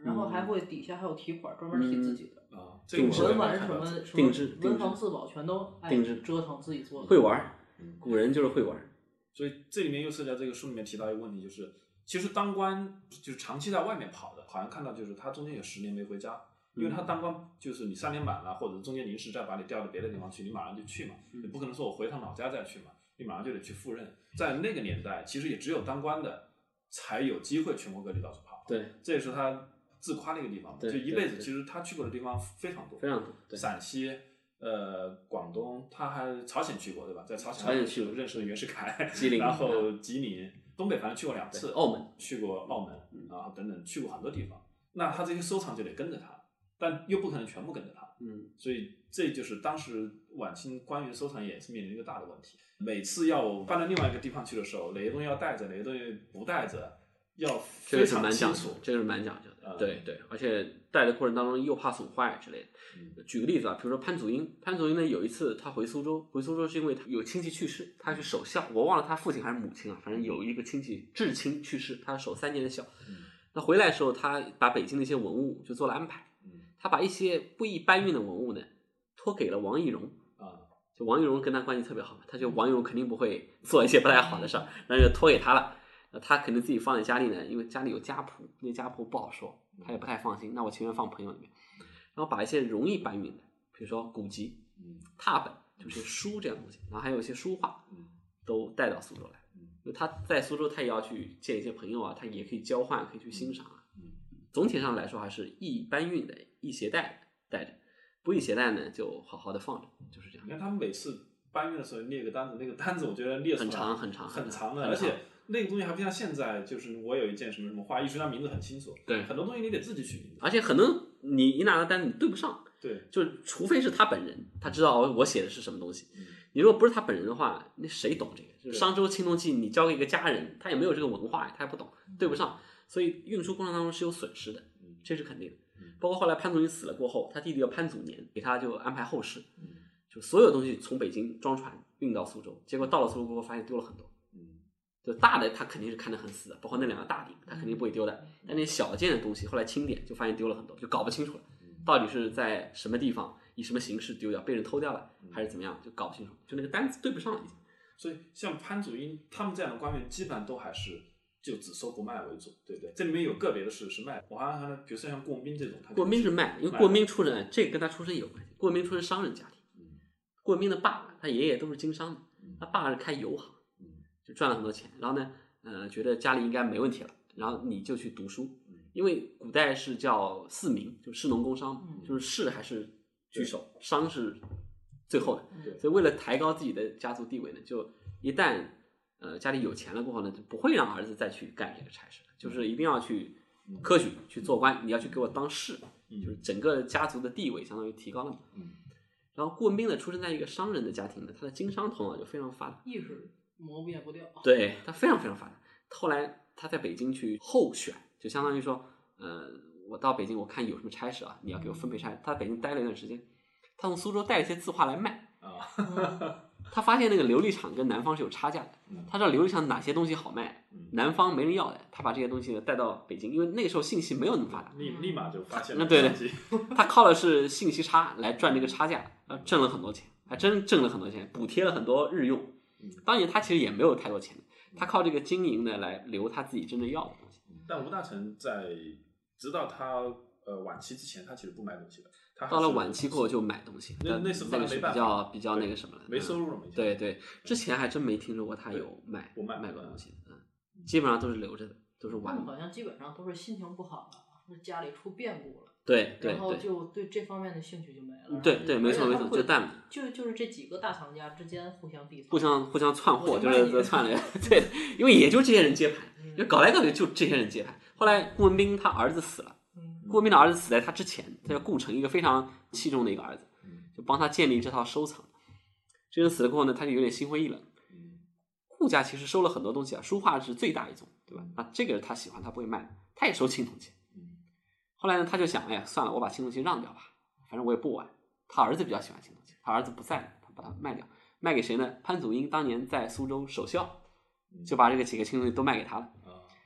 然后还会底下还有题款专门题自己的。 文玩什么定制文房四宝全都定制折腾自己做的， 会玩，古人就是会玩。 所以这里面又涉及到这个书里面提到一个问题，就是其实当官就是长期在外面跑的，好像看到就是他中间有10年没回家，因为他当官就是你3年满了，或者中间临时再把你调到别的地方去，你马上就去嘛，你不可能说我回趟老家再去嘛，你马上就得去赴任。在那个年代，其实也只有当官的才有机会全国各地到处跑。 对， 这也是他自夸的一个地方，就一辈子其实他去过的地方非常多， 非常多。 陕西、广东，他还朝鲜去过，对吧？在朝鲜去认识了袁世凯，然后吉林、东北，反正去过2次， 澳门去过澳门，然后等等去过很多地方。那他这些收藏就得跟着他，但又不可能全部跟着他，所以这就是当时晚清官员收藏也是面临一个大的问题。每次要搬到另外一个地方去的时候，哪些东西要带着，哪些东西不带着，要非常清楚， 这个是蛮讲究的。对，而且带的过程当中又怕损坏之类的。举个例子啊，比如说潘祖英呢，有一次他回苏州是因为他有亲戚去世，他去守孝，我忘了他父亲还是母亲啊，反正有一个亲戚至亲去世，他守3年的孝。那回来的时候，他把北京的一些文物就做了安排，他把一些不易搬运的文物呢托给了王懿荣就王懿荣跟他关系特别好，他觉得王懿荣肯定不会做一些不太好的事儿，然后就托给他了。他肯定自己放在家里呢，因为家里有家谱，那家谱不好说，他也不太放心，那我情愿放朋友里面。然后把一些容易搬运的，比如说古籍、拓本，就是书这样的东西，然后还有一些书画，都带到苏州来。因为他在苏州，他也要去见一些朋友啊，他也可以交换，可以去欣赏啊。总体上来说，还是易搬运的、易携带带着，不易携带呢，就好好的放着，就是这样。 你看他们每次搬运的时候列个单子，那个单子我觉得列出来很长的，而且那个东西还不像现在，就是我有一件什么什么画，艺术家名字很清楚， 对， 很多东西你得自己取名字， 而且很多你一拿到单子你对不上， 对， 就是除非是他本人，他知道我写的是什么东西。你如果不是他本人的话，那谁懂这个？就是商周青铜器，你交给一个家人，他也没有这个文化，他也不懂，对不上，所以运输过程当中是有损失的，这是肯定的。包括后来潘祖英死了过后，他弟弟叫潘祖年，给他就安排后事，就所有东西从北京装船运到苏州，结果到了苏州过后发现丢了很多。就大的他肯定是看得很死的，包括那2个大鼎他肯定不会丢的，但那小件的东西后来清点就发现丢了很多，就搞不清楚了，到底是在什么地方以什么形式丢掉，被人偷掉了还是怎么样，就搞不清楚，就那个单子对不上了已经。 所以像潘祖英他们这样的官员基本上都还是就只收不卖为主，对不对？这里面有个别的是卖，我好像看到比如说像郭斌这种， 郭斌是卖，因为郭斌出身，这个跟他出身有关系，郭斌出身商人家庭，郭斌的爸他爷爷都是经商的，他爸是开油行，就赚了很多钱，然后呢觉得家里应该没问题了，然后你就去读书，因为古代是叫四民，就士农工商，就是士还是居首，商是最后的，所以为了抬高自己的家族地位呢，就一旦家里有钱了过后呢，就不会让儿子再去干这个差事了，就是一定要去科举去做官，你要去给我当士，就是整个家族的地位相当于提高了嘛。然后郭文彬呢出生在一个商人的家庭呢，他的经商头脑就非常发达， 意识磨灭不掉， 对，他非常非常发达。后来他在北京去候选，就相当于说我到北京我看有什么差事啊，你要给我分配差事。他在北京待了一段时间，他从苏州带一些字画来卖他发现那个琉璃厂跟南方是有差价的，他知道琉璃厂哪些东西好卖，南方没人要的，他把这些东西带到北京，因为那个时候信息没有那么发达， 立马就发现了。 对，他靠的是信息差来赚这个差价，挣了很多钱，还真挣了很多钱，补贴了很多日用。当然他其实也没有太多钱，他靠这个经营呢来留他自己真正要的东西。 但吴大成在直到他晚期之前，他其实不卖东西的。 到了晚期过后就买东西， 那是比较那个什么了， 没收入了。 对，之前还真没听说过他有卖过东西，基本上都是留着的，都是玩。 好像基本上都是心情不好了，是家里出变故了， 对， 然后就对这方面的兴趣就没了。 对，没错，就淡了。 就是这几个大藏家之间互相比， 互相窜货，就是窜了。对，因为也就这些人接盘，就搞来搞去就这些人接盘。后来顾文彬他儿子死了。顾文彬的儿子死在他之前，他叫顾成，一个非常器重的一个儿子，就帮他建立这套收藏。这人死了过后呢，他就有点心灰意冷。顾家其实收了很多东西啊，书画是最大一宗，对吧？那这个他喜欢，他不会卖，他也收青铜器。后来呢，他就想，哎呀，算了，我把青铜器让掉吧，反正我也不玩。他儿子比较喜欢青铜器，他儿子不在了，他把它卖掉，卖给谁呢？潘祖英当年在苏州守孝，就把这个几个青铜器都卖给他了。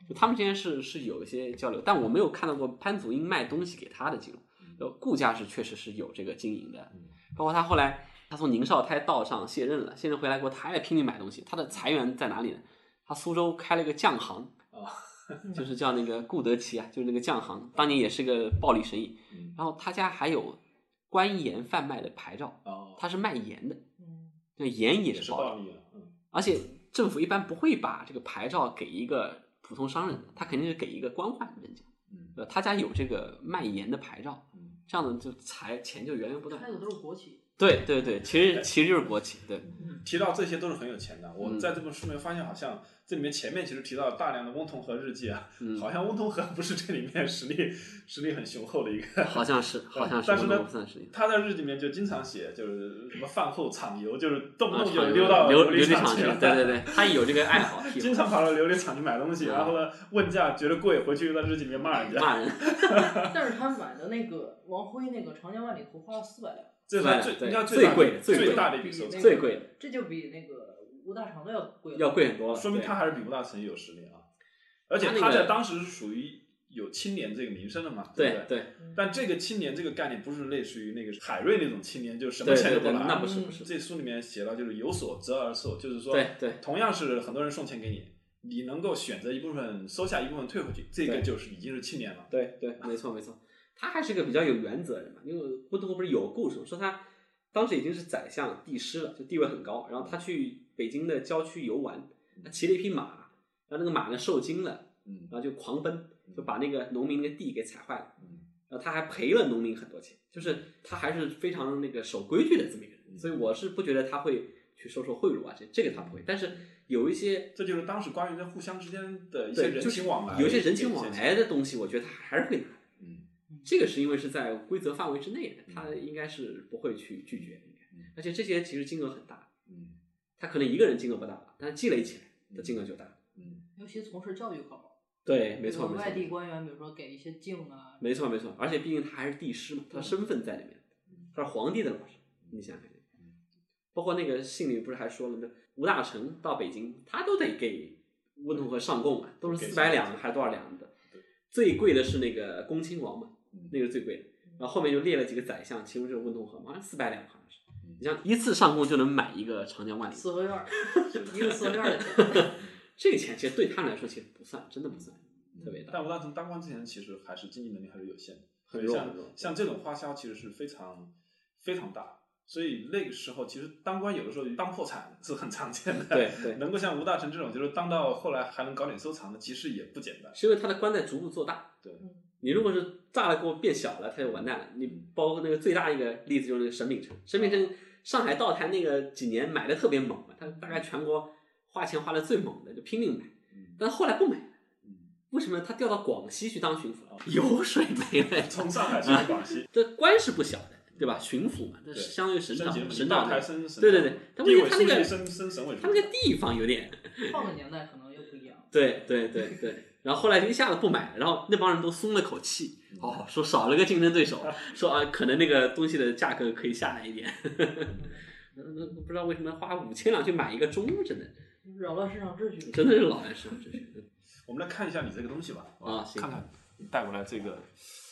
就他们之间是有一些交流，但我没有看到过潘祖英卖东西给他的记录。顾家是确实是有这个经营的，包括他后来他从宁绍胎道上卸任了，卸任回来过，他还拼命买东西。他的财源在哪里呢？他苏州开了个酱行，就是叫那个顾德奇啊，就是那个酱行，当年也是个暴利生意。然后他家还有官盐贩卖的牌照，他是卖盐的，对，盐也是暴利，而且政府一般不会把这个牌照给一个普通商人，他肯定是给一个官宦人家。他家有这个卖盐的牌照，这样的就钱就源源不断。 还有都是国企。 对对对，其实就是国企。对， 提到这些都是很有钱的。我在这本书里面发现，好像这里面前面其实提到大量的翁同龢日记啊，好像翁同龢不是这里面实力很雄厚的一个。 好像是。 但是呢，他在日记里面就经常写，就是什么饭后场游，就是动不动就溜到琉璃厂去。对，他有这个爱好， 经常跑到琉璃厂去买东西，然后呢问价觉得贵，回去又在日记里面骂人家。 但是他买的那个王辉那个《长江万里图》花了400两。 这是最贵的， 最大的一笔收藏， 最贵的， 这就比那个吴大成的要贵很多了， 说明他还是比吴大成有实力啊。而且他在当时是属于有青年这个名声的嘛，对不对？但这个青年这个概念不是类似于那个海瑞那种青年，就什么钱都不拿， 那不是。 这书里面写到就是有所择而受，就是说， 对， 同样是很多人送钱给你，你能够选择一部分收下，一部分退回去，这个就是已经是青年了。 对，没错。他还是个比较有原则的人嘛，因为温同龢不是有故事说他当时已经是宰相帝师了，就地位很高。然后他去北京的郊区游玩，他骑了一匹马，然后那个马呢受惊了，然后就狂奔，就把那个农民那个地给踩坏了，然后他还赔了农民很多钱，就是他还是非常那个守规矩的这么一个人。所以我是不觉得他会去收贿赂啊，这个他不会。但是有一些， 这就是当时官员互相之间的一些人情往来， 有些人情往来的东西，我觉得他还是会拿。这个是因为是在规则范围之内的，他应该是不会去拒绝，而且这些其实金额很大，他可能一个人金额不大，但是积累起来的金额就大。 尤其从事教育考考， 对，没错。 外地官员，比如说给一些镜啊， 没错，而且毕竟他还是帝师嘛，他身份在里面，他是皇帝的老师，你想想看，包括那个信里不是还说了，吴大成到北京，他都得给温同龢上贡啊，都是400两还是多少两的，最贵的是那个恭亲王嘛。那个是最贵的，然后后面就列了几个宰相，其中就是温同龢，好像400两，好像是。你像一次上贡就能买一个长江万里四合院，一个四合院的钱， 这个钱其实对他们来说其实不算，真的不算特别大。 但吴大成当官之前，其实还是经济能力还是有限的，很弱。像这种花销其实是非常非常大。所以那个时候，其实当官有的时候当破产是很常见的。 对， 能够像吴大成这种，就是当到后来还能搞点收藏的，其实也不简单。 是因为他的官在逐步做大。 对， 你如果是大了给我变小了，他就完蛋了。你包括那个最大一个例子就是那个沈秉成，上海道台那个几年买的特别猛嘛，他大概全国花钱花的最猛的，就拼命买，但后来不买了。为什么他调到广西去当巡抚？油水没了， 从上海去广西， 这官是不小的。对吧？巡抚嘛，这相当于省长，对，但问题他那个升省委， 他那个地方有点， 换个年代可能又不一样。 对，然后后来就一下子不买了，然后那帮人都松了口气，说少了个竞争对手，说可能那个东西的价格可以下来一点。不知道为什么花5000两去买一个钟，真的扰乱市场秩序， 真的是扰乱市场秩序。 我们来看一下你这个东西吧， 行， 看看你带过来这个，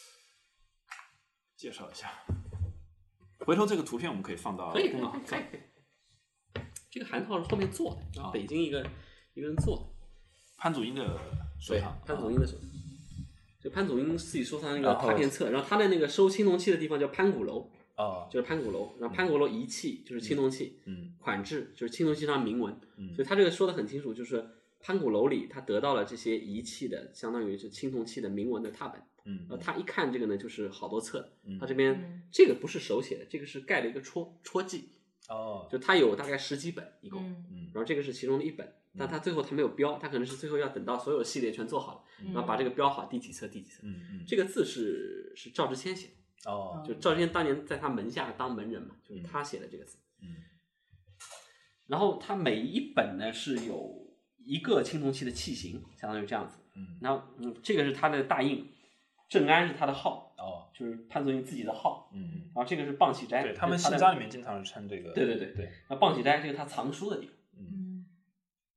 介绍一下。回头这个图片我们可以放到公众号上。 这个函套是后面做的，北京一个人做的， 潘祖英的收藏， 潘祖英的收藏。就潘祖英自己收藏那个拓片册，然后他的那个收青铜器的地方叫潘鼓楼，就是潘鼓楼，然后潘鼓楼仪器就是青铜器，款制就是青铜器上铭文，所以他这个说的很清楚，就是潘鼓楼里他得到了这些仪器的，相当于是青铜器的铭文的拓本。他一看这个呢，就是好多册。他这边这个不是手写的，这个是盖了一个戳记。就他有大概10几本一共。然后这个是其中的一本，但他最后他没有标，他可能是最后要等到所有系列全做好了，然后把这个标好第几册。这个字是赵之谦写的。就赵之谦当年在他门下当门人嘛，就是他写的这个字。然后他每一本呢是有一个青铜器的器型，相当于这样子。然后这个是他的大印。正安是他的号，就是潘祖英自己的号。然后这个是棒喜斋， 对，他们信札里面经常是称这个。 对。那棒喜斋这个他藏书的地方。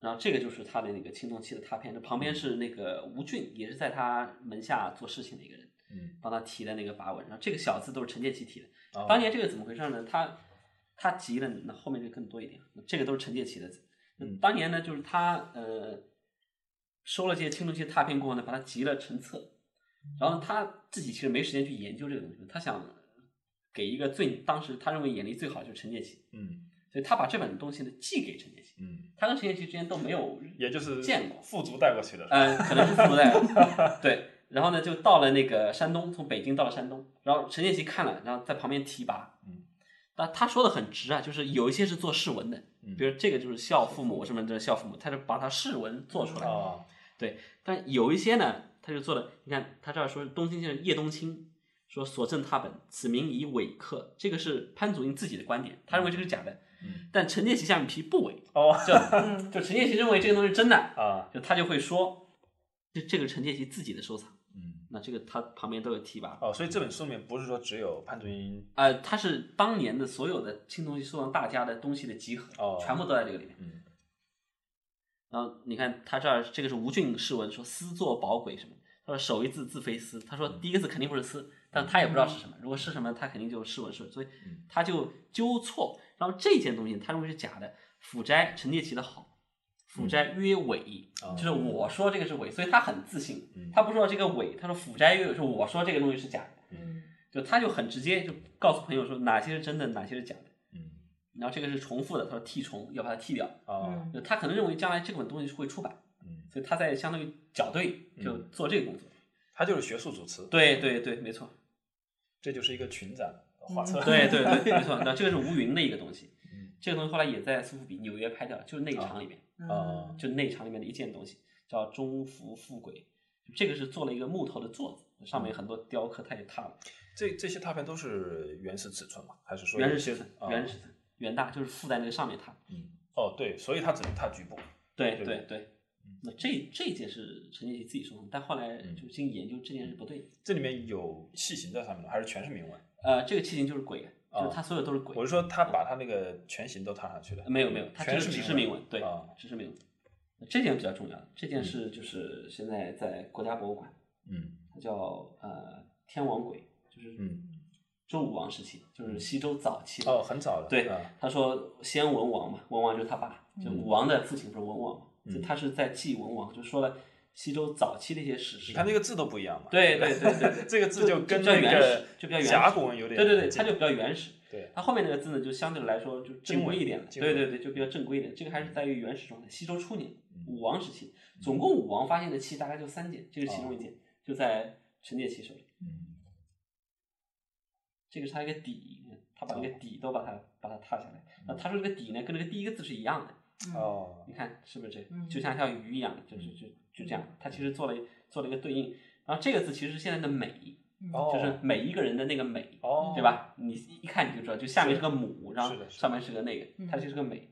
然后这个就是他的那个青铜器的拓片，这旁边是那个吴俊，也是在他门下做事情的一个人，帮他题的那个跋文。然后这个小字都是陈介棋题的。当年这个怎么回事呢？他急了，那后面就更多一点，这个都是陈介棋的字。当年呢，就是他收了这些青铜器拓片过后呢，把它集了成册。然后他自己其实没时间去研究这个东西，他想给一个当时他认为眼力最好就是陈介棋，所以他把这本东西呢寄给陈介棋，他跟陈介棋之间都没有， 也就是见过， 富足带过去的， 可能是富足带过去，对，然后呢就到了那个山东，从北京到了山东，然后陈介棋看了，然后在旁边提拔，那他说的很直啊，就是有一些是做释文的，比如这个就是孝父母什么的孝父母，他就把他释文做出来，对，但有一些呢。他就做了，你看他这儿说东清先生叶东青说所赠拓本，此名以伪刻，这个是潘祖英自己的观点，他认为这个是假的，但陈介棋下面批不伪，就陈介棋认为这个东西是真的啊，就他就会说，这个陈介棋自己的收藏，那这个他旁边都有提拔所以这本书里面不是说只有潘祖英， 他是当年的所有的青铜器收藏大家的东西的集合，全部都在这个里面。然后你看他这儿这个是吴俊释文说私作宝鬼什么，他说首一字自非私，他说第一个字肯定不是私，但他也不知道是什么，如果是什么他肯定就释文是，所以他就纠错，然后这件东西他认为是假的，府斋陈介棋的好，府斋曰伪，就是我说这个是伪，所以他很自信，他不说这个伪，他说府斋曰伪，说我说这个东西是假的，就他就很直接就告诉朋友说哪些是真的，哪些是假的。然后这个是重复的，他说剔重要把它剔掉就他可能认为将来这本东西是会出版，所以他在相当于校对就做这个工作， 他就是学术主持， 对没错， 这就是一个群展画册， 对没错，那这个是吴云的一个东西，这个东西后来也在苏富比纽约拍掉了，就是内场里面就内场里面的一件东西叫中福富贵，这个是做了一个木头的座子，上面很多雕刻，它也拓了， 这些拓片都是原始尺寸吗？还是说原始尺寸原大就是附在那个上面拓， 对，所以它只能拓局部， 对，那这件是陈介棋自己收藏，但后来就经研究这件是不对的。 这里面有器形在上面的，还是全是铭文？ 这个器形就是鬼，就是它所有都是鬼。 我是说他把他那个全形都拓上去了？ 没有，它只是铭文，对，只是铭文。这件比较重要的，这件是就是现在在国家博物馆，它叫天王鬼，就是周武王时期，就是西周早期的很早的。 对，他说先文王嘛，文王就是他爸，就武王的父亲不是文王嘛，他是在祭文王，就说了西周早期的一些史实。 你看那个字都不一样嘛。 对， 这个字就跟那个就比较甲骨文有点。 对，它就比较原始。 对， 它后面那个字呢，就相对来说就正规一点了。对，就比较正规一点。这个还是在于原始状态。西周初年，武王时期，总共武王发现的器大概就3件，这是其中一件，就在陈介棋手里。这个是他一个底，他把那个底都把它拓下来。那他说这个底呢，跟这个第一个字是一样的。你看是不是这个？就像条鱼一样的，就这样。他其实做了一个对应。然后这个字其实是现在的美，就是每一个人的那个美，对吧？你一看你就知道，就下面是个母，然后上面是个那个，它就是个美。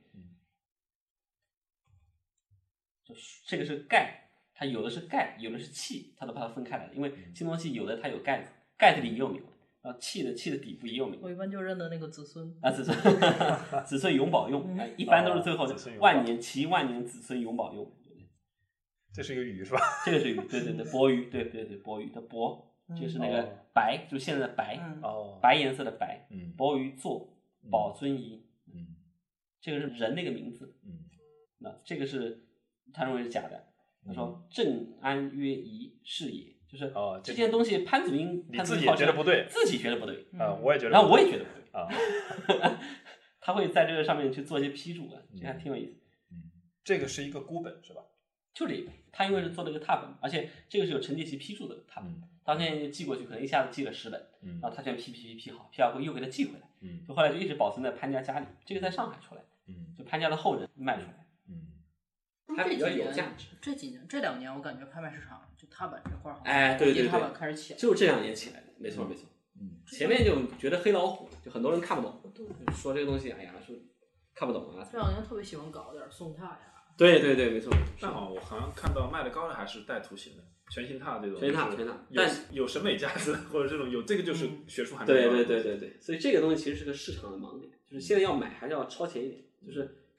这个是盖，它有的是盖，有的是器，它都把它分开来了。因为青铜器有的它有盖子，盖子里也有铭文。器的底部也有铭文， 我一般就认得那个子孙子孙永保用，一般都是最后的万年子孙永保用。 这是一个鱼是吧？ 这个是鱼，对，伯鱼，对，伯鱼的伯就是那个白，就现在的白，白颜色的白，伯鱼座，保尊仪，这个是人那个名字，那这个是他认为是假的，他说正安曰仪是也。就是这件东西，潘祖英你自己也觉得不对， 自己觉得不对我也觉得， 然后我也觉得不对他会在这个上面去做一些批注这还挺有意思。 这个是一个孤本是吧？ 就这一本，他因为是做了一个拓本，而且这个是有陈介棋批注的拓本，当年就寄过去，可能一下子寄了10本，然后他全批好，批好后又给他寄回来，就后来就一直保存在潘家家里。这个在上海出来，就潘家的后人卖出来，它比较有价值。 这2年，我感觉拍卖市场就踏板这块对， 踏板开始起来， 就是这2年起来的，没错。前面就觉得黑老虎，就很多人看不懂，说这个东西，哎呀，说看不懂啊。 这2年特别喜欢搞点宋拓呀。 对，没错。 但我好像看到卖的高的还是带图形的全形拓这种， 全形拓， 但有审美价值或者这种有这个就是学术含量。 对。所以这个东西其实是个市场的盲点，就是现在要买还是要超前一点，就是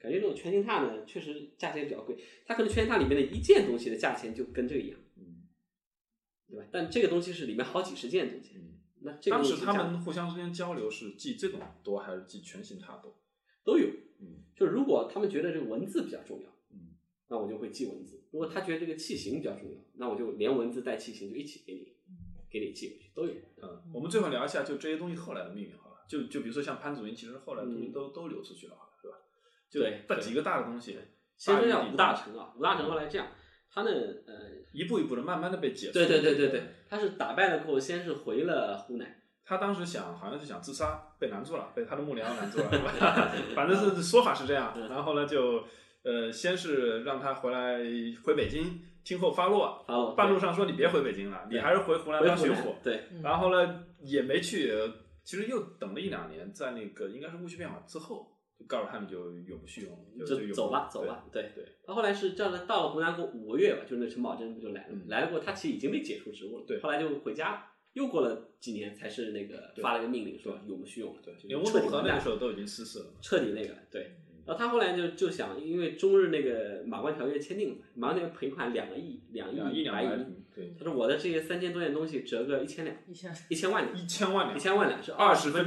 感觉这种全形拓呢，确实价钱比较贵。它可能全形拓里面的一件东西的价钱就跟这个一样，对吧？但这个东西是里面好几十件东西。那这个当时他们互相之间交流是记这种多还是记全形拓多？ 都有。就如果他们觉得这个文字比较重要，那我就会记文字；如果他觉得这个器型比较重要，那我就连文字带器型就一起给你寄过去，都有。 我们最后聊一下就这些东西后来的命运好了。就比如说像潘祖英，其实后来东西都流出去了，是吧？就几个大的东西。 先说叫吴大成啊，吴大成后来这样，他呢一步一步的慢慢的被解除。 对，他是打败了过后，先是回了湖南。 他当时好像是想自杀，被拦住了，被他的幕僚拦住了，反正是说法是这样。然后呢，就先是让他回北京，听候发落。半路上说你别回北京了，你还是回湖南当巡抚。 对。 然后呢，也没去，其实又等了1-2年，在那个应该是戊戌变法之后，就告诉他们就永不续用， 就走吧。对。他后来是到了湖南过5个月吧，就是那陈宝箴不就来了？来了过后，他其实已经被解除职务了。 对。 后来就回家了。又过了几年，才是那个发了个命令说永不续用了。 对，连温州河那个时候都已经失势了， 彻底那个。对。然后他后来就想，因为中日那个马关条约签订了，马关条约赔款2亿100亿。 对。 他说我的这些3000多件东西折个1000两，1000万两，1000万两是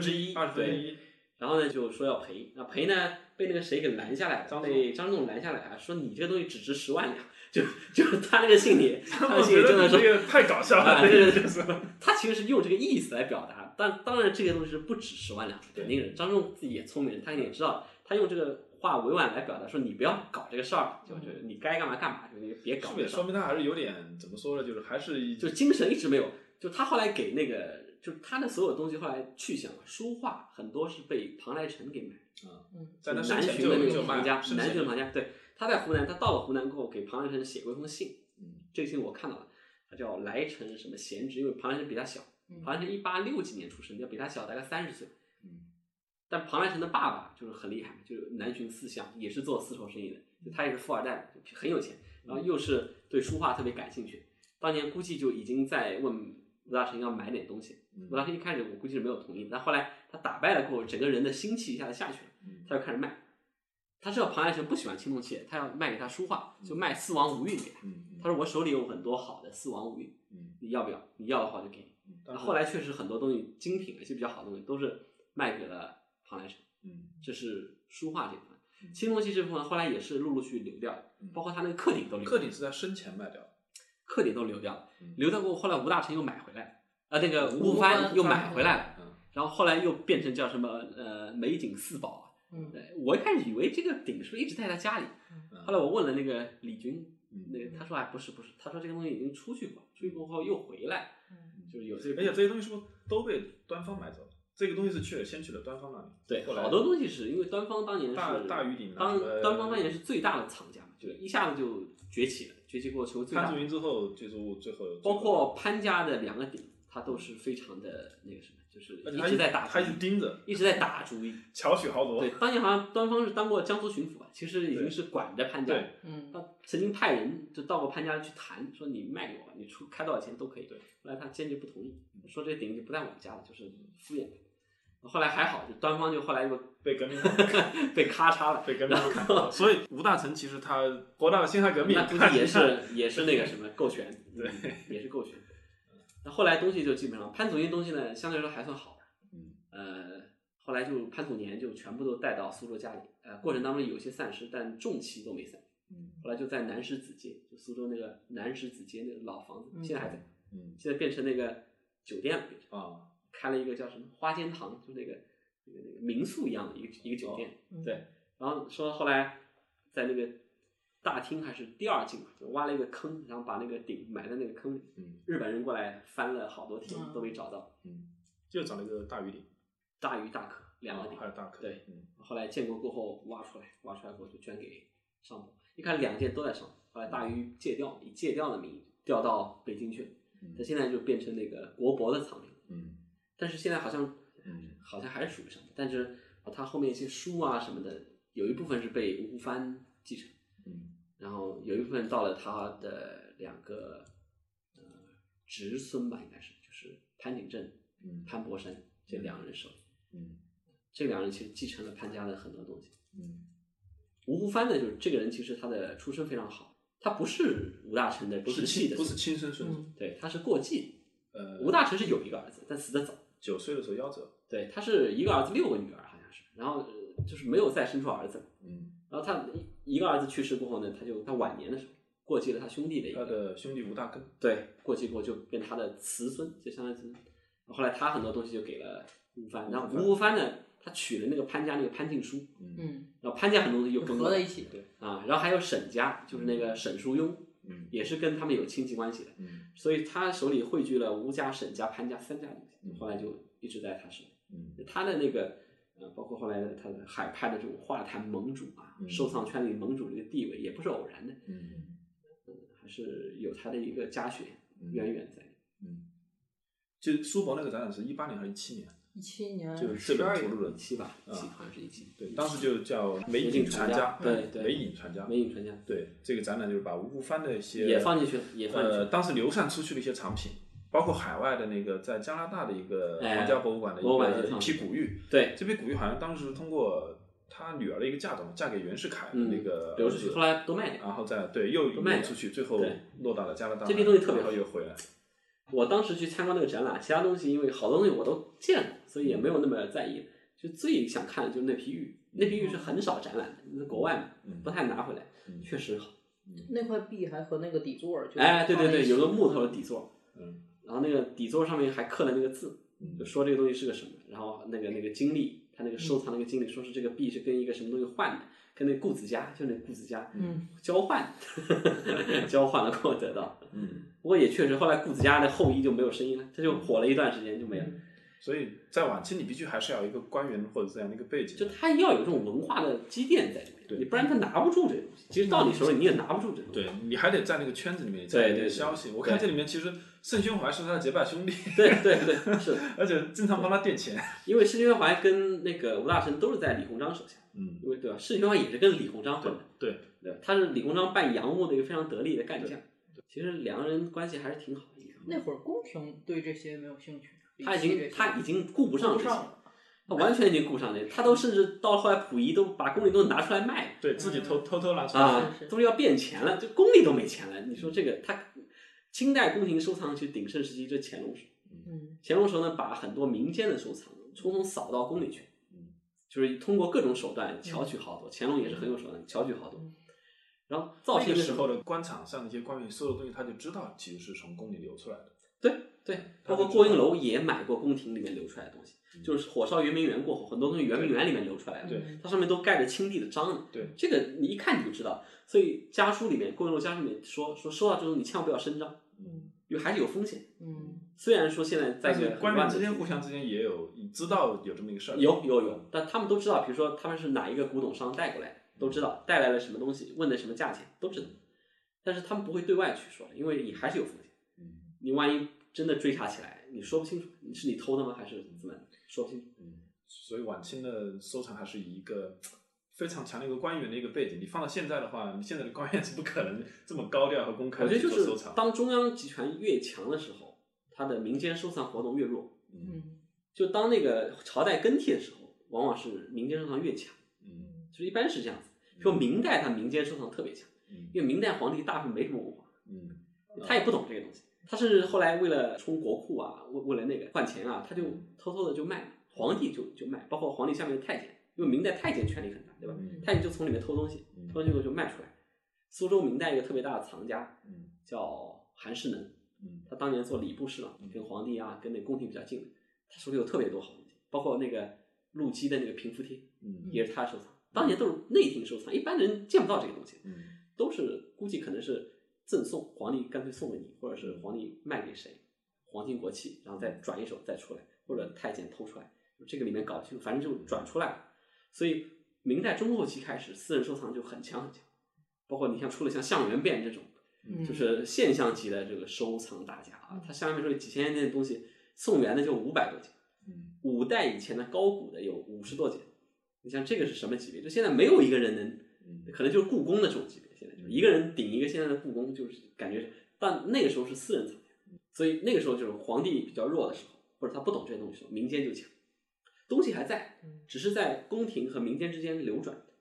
1/20。 然后呢就说要赔，那赔呢被那个谁给拦下来了，被张仲拦下来了，说你这个东西只值10万两。就是他那个信里，他信里真的是这个太搞笑了。 他其实是用这个意思来表达，但当然这个东西是不止10万两，肯定是张仲自己也聪明，他也知道，他用这个话委婉来表达，说你不要搞这个事儿，就是你该干嘛干嘛，就你别搞这个事儿。 说明他还是有点怎么说呢？就是还是就精神一直没有。就他后来给那个，就是他的所有东西后来去向书画很多是被庞来成给买在他南巡的那个庞家，南巡的庞家，对。他在湖南，他到了湖南过后，给庞来成写过一封信。这个信我看到了，他叫来成什么闲职，因为庞来成比他小，庞来成1860几年出生，要比他小大概30岁。但庞来成的爸爸就是很厉害，就是南巡4相，也是做丝绸生意的，就他也是富二代，就很有钱，然后又是对书画特别感兴趣。当年估计就已经在问吴大成要买点东西，吴大成一开始我估计是没有同意，但后来他打败了过后，整个人的心气一下子下去了，他就开始卖。他知道庞来成不喜欢青铜器，他要卖给他书画，就卖4王五韵给他。他说我手里有很多好的4王五韵，你要不要？你要的话就给你。后来确实很多东西精品，一些比较好的东西都是卖给了庞来成。这是书画这部分。青铜器这部分后来也是陆陆续流掉的，包括他那个刻鼎都流掉。 刻鼎是在生前卖掉的， 刻鼎都流掉了，流掉过后，后来吴大成又买回来了，那个吴藩又买回来了，然后后来又变成叫什么美景4宝。对，我一开始以为这个鼎是不是一直在他家里，后来我问了那个李军，那个他说不是，他说这个东西已经出去过后又回来，就是有这个， 而且这些东西是不是都被端方买走了？这个东西是先去了端方那里， 对，好多东西是因为端方当年是大禹鼎， 端方当年是最大的藏家嘛，就一下子就崛起了，崛起过后成为最大的。 潘祖云之后，最后包括潘家的2个鼎，它都是非常的那个什么。就是一直在打， 他一直盯着， 一直在打主意， 巧取豪夺。 对，当年好像端方是当过江苏巡抚，其实已经是管着潘家。 对， 他曾经派人就到过潘家去谈，说你卖给我，你开多少钱都可以。 对， 后来他坚决不同意，说这鼎就不在我们家了，就是敷衍他。后来还好，就端方就后来又被革命被咔嚓了， 被革命砍了。所以吴大成其实他活到了辛亥革命， 那估计也是那个什么构权，对，也是构权。后来东西就基本上潘祖英东西呢，相对来说还算好。后来就潘祖年就全部都带到苏州家里，过程当中有些散失，但重器都没散。后来就在南石子街，就苏州那个南石子街那个老房子，现在还在。现在变成那个酒店了，开了一个叫什么花间堂，就那个民宿一样的一个酒店。对，然后说后来在那个大厅还是第2进嘛，就挖了一个坑，然后把那个鼎埋在那个坑里。日本人过来翻了好多天都没找到。 就找了一个大禹鼎， 大禹大可2个鼎， 还有大可。 对，后来建国过后挖出来过后就捐给上博。一开始2件都在上博，后来大禹借调，以借调的名义调到北京去了。他现在就变成那个国博的藏品。但是现在好像还是属于上博，但是他后面一些书啊什么的，有一部分是被吴藩继承。然后有一部分到了他的2个侄孙吧，应该是就是潘景正、潘伯山这2人手里。这2人其实继承了潘家的很多东西。 吴湖帆呢，就是这个人其实他的出身非常好，他不是吴大成的直系的， 不是亲生孙子， 对，他是过继。吴大成是有一个儿子，但死得早 ，9岁的时候夭折。 对，他是一个儿子6个女儿好像是，然后就是没有再生出儿子。然后他一个儿子去世过后呢，他晚年的时候过继了他兄弟的一个， 他的兄弟吴大根， 对，过继过就变他的慈孙，就相当于后来他很多东西就给了吴湖帆，然后吴湖帆呢，他娶了那个潘家那个潘敬书，然后潘家很多东西又跟合在一起， 对啊，然后还有沈家，就是那个沈叔庸，也是跟他们有亲戚关系的，所以他手里汇聚了吴家、沈家、潘家3家东西，后来就一直在他手里，他的那个包括后来的他的海派的这种画坛盟主啊，收藏圈里盟主这个地位也不是偶然的，还是有他的一个家学渊源在。 就苏博那个展览是18年还是17年 ？17年， 就是这本图录的 17吧，好像是17。 对，当时就叫美影传家， 对， 美影传家， 美影传家。 对，这个展览就是把吴湖帆的一些也放进去了，也放进去了。 当时流散出去的一些藏品，包括海外的那个在加拿大的一个皇家博物馆的一批古玉。 对， 这批古玉好像当时通过他女儿的一个嫁妆，嫁给袁世凯的那个流出去，后来都卖掉， 然后又卖出去，最后落到了加拿大。 这批东西特别好， 又回来。 我当时去参观那个展览，其他东西因为好多东西我都见过，所以也没有那么在意。就最想看的就是那批玉，那批玉是很少展览的，在国外嘛，不太拿回来，确实好。 那块壁还和那个底座， 对，有个木头的底座，然后那个底座上面还刻了那个字，就说这个东西是个什么，然后那个经历，他那个收藏那个经历，说是这个币是跟一个什么东西换的，跟那顾子嘉，就那顾子嘉，交换，交换了过后得到，不过也确实，后来顾子嘉的后裔就没有声音了，他就火了一段时间就没了。 所以在晚清，你必须还是要有一个官员或者这样的一个背景， 就他要有这种文化的积淀在里面，你不然他拿不住这个东西。其实到你手里你也拿不住这个东西。 对，你还得在那个圈子里面才有消息。我看这里面其实盛宣怀是他的结拜兄弟， 对，是， 而且经常帮他垫钱。 因为盛宣怀跟那个吴大成都是在李鸿章手下，因为对吧？盛宣怀也是跟李鸿章混的， 对， 他是李鸿章办洋务的一个非常得力的干将。其实两个人关系还是挺好的。 那会儿宫廷对这些没有兴趣。 他已经顾不上这些，他完全已经顾不上这些，他都甚至到后来溥仪都把宫里东西拿出来卖， 对自己偷拿出来啊，都是要变钱了，就宫里都没钱了。你说这个，他清代宫廷收藏其实鼎盛时期，这乾隆时，乾隆时候呢，把很多民间的收藏匆匆扫到宫里去，就是通过各种手段巧取豪夺。乾隆也是很有手段，巧取豪夺。然后造成那个时候的官场上的一些官员收的东西，他就知道其实是从宫里流出来的。 对，包括郭应楼也买过宫廷里面流出来的东西，就是火烧圆明园过后，很多东西圆明园里面流出来的， 对， 它上面都盖着清帝的章， 对， 这个你一看你就知道。所以家书里面，郭应楼家书里面说收到这种你千万不要声张，因为还是有风险。虽然说现在在但是官员之间互相之间也有知道有这么一个事儿， 有，但他们都知道，比如说他们是哪一个古董商带过来，都知道带来了什么东西，问的什么价钱都知道，但是他们不会对外去说，因为你还是有风险。你万一真的追查起来，你说不清楚，是你偷的吗，还是怎么？说不清楚。 所以晚清的收藏还是以一个非常强的一个官员的一个背景。你放到现在的话，你现在的官员是不可能这么高调和公开的去做收藏。 我觉得就是当中央集权越强的时候，它的民间收藏活动越弱。就当那个朝代更替的时候，往往是民间收藏越强。就是一般是这样子。比如明代，它民间收藏特别强，因为明代皇帝大部分没什么文化，他也不懂这个东西。他是后来为了充国库啊，为了那个换钱啊，他就偷偷的就卖，皇帝就卖，包括皇帝下面的太监，因为明代太监权力很大，对吧？太监就从里面偷东西，偷东西后就卖出来。苏州明代一个特别大的藏家，叫韩世能，他当年做礼部侍郎，跟皇帝啊，跟那宫廷比较近的，他手里有特别多好东西，包括那个陆基的那个平复帖，也是他收藏，当年都是内廷收藏，一般人见不到这个东西，都是估计可能是赠送，皇帝干脆送给你，或者是皇帝卖给谁，皇亲国戚，然后再转一手再出来，或者太监偷出来，这个里面搞不清楚，反正就转出来了。所以明代中后期开始，私人收藏就很强很强，包括你像出了像项元汴这种，就是现象级的这个收藏大家啊，他项元汴说几千年的东西，宋元的就500多件，5代以前的高古的有50多件，你像这个是什么级别？就现在没有一个人能，可能就是故宫的这种级别。现在就是一个人顶一个现在的故宫，就是感觉是，但那个时候是私人藏家，所以那个时候就是皇帝比较弱的时候，或者他不懂这些东西的时候，民间就强，东西还在，只是在宫廷和民间之间流转。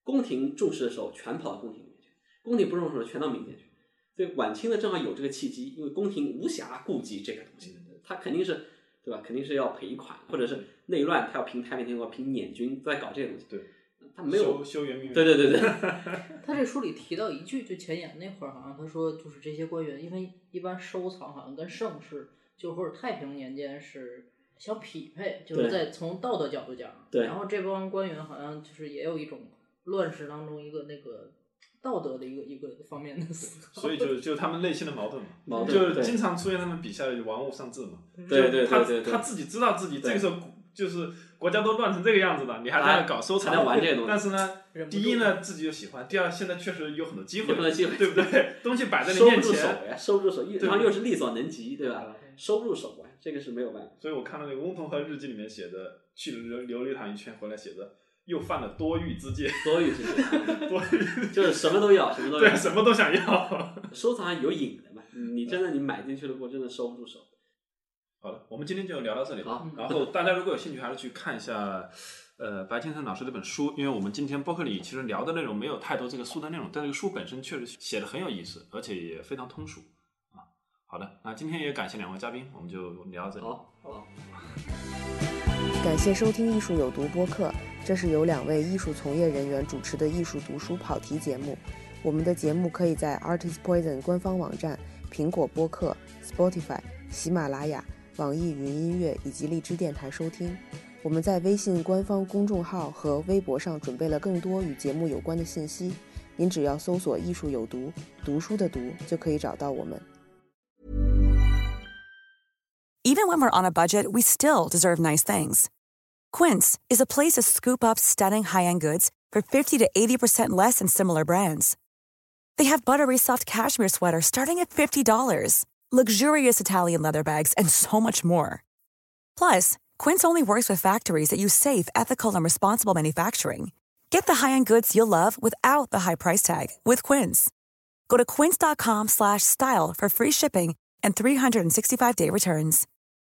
宫廷重视的时候全跑到宫廷里面去，宫廷不重视的时候全到民间去。所以晚清呢正好有这个契机，因为宫廷无暇顾及这个东西，他肯定是对吧？肯定是要赔款，或者是内乱，他要平太平天国，平捻军，在搞这个东西。 对， 他没有修圆明园。 对。 他这书里提到一句，就前言那会儿，好像他说就是这些官员，因为一般收藏好像跟盛世，就或者太平年间是相匹配，就是在从道德角度讲。 对。 然后这帮官员好像就是也有一种乱世当中一个那个道德的一个方面的思考。 所以就他们内心的矛盾嘛，就经常出现他们笔下的玩物丧志嘛。 对， 他自己知道自己这个时候就是国家都乱成这个样子了，你还在搞收藏， 还在玩这个东西。 但是呢，第一呢自己又喜欢，第二现在确实有很多机会，对不对？东西摆在你面前， 收不住手，然后又是力所能及，对吧？收不住手啊，这个是没有办法。 所以我看到那个翁同龢日记里面写的，去了琉璃堂一圈回来写的。又犯了多欲之戒， 就是什么都要， 对，什么都想要。 收藏有瘾的嘛，你真的你买进去了过，真的收不住手。 好了，我们今天就聊到这里。 好， 然后大家如果有兴趣，还是去看一下白先生老师这本书，因为我们今天播客里其实聊的内容没有太多这个书的内容，但这个书本身确实写得很有意思，而且也非常通俗啊。好的，那今天也感谢两位嘉宾，我们就聊到这里。 好。 感谢收听艺术有毒播客，这是由2位艺术从业人员主持的艺术读书跑题节目。我们的节目可以在 Artist Poison 官方网站、苹果播客、Spotify、喜马拉雅、网易云音乐以及荔枝电台收听。我们在微信官方公众号和微博上准备了更多与节目有关的信息，您只要搜索艺术有毒，读书的读就可以找到我们。 Even when we're on a budget, we still deserve nice things. Quince is a place to scoop up stunning high-end goods for 50 to 80% less than similar brands. They have buttery soft cashmere sweaters starting at $50, luxurious Italian leather bags, and so much more. Plus, Quince only works with factories that use safe, ethical, and responsible manufacturing. Get the high-end goods you'll love without the high price tag with Quince. Go to quince.com/style for free shipping and 365-day returns.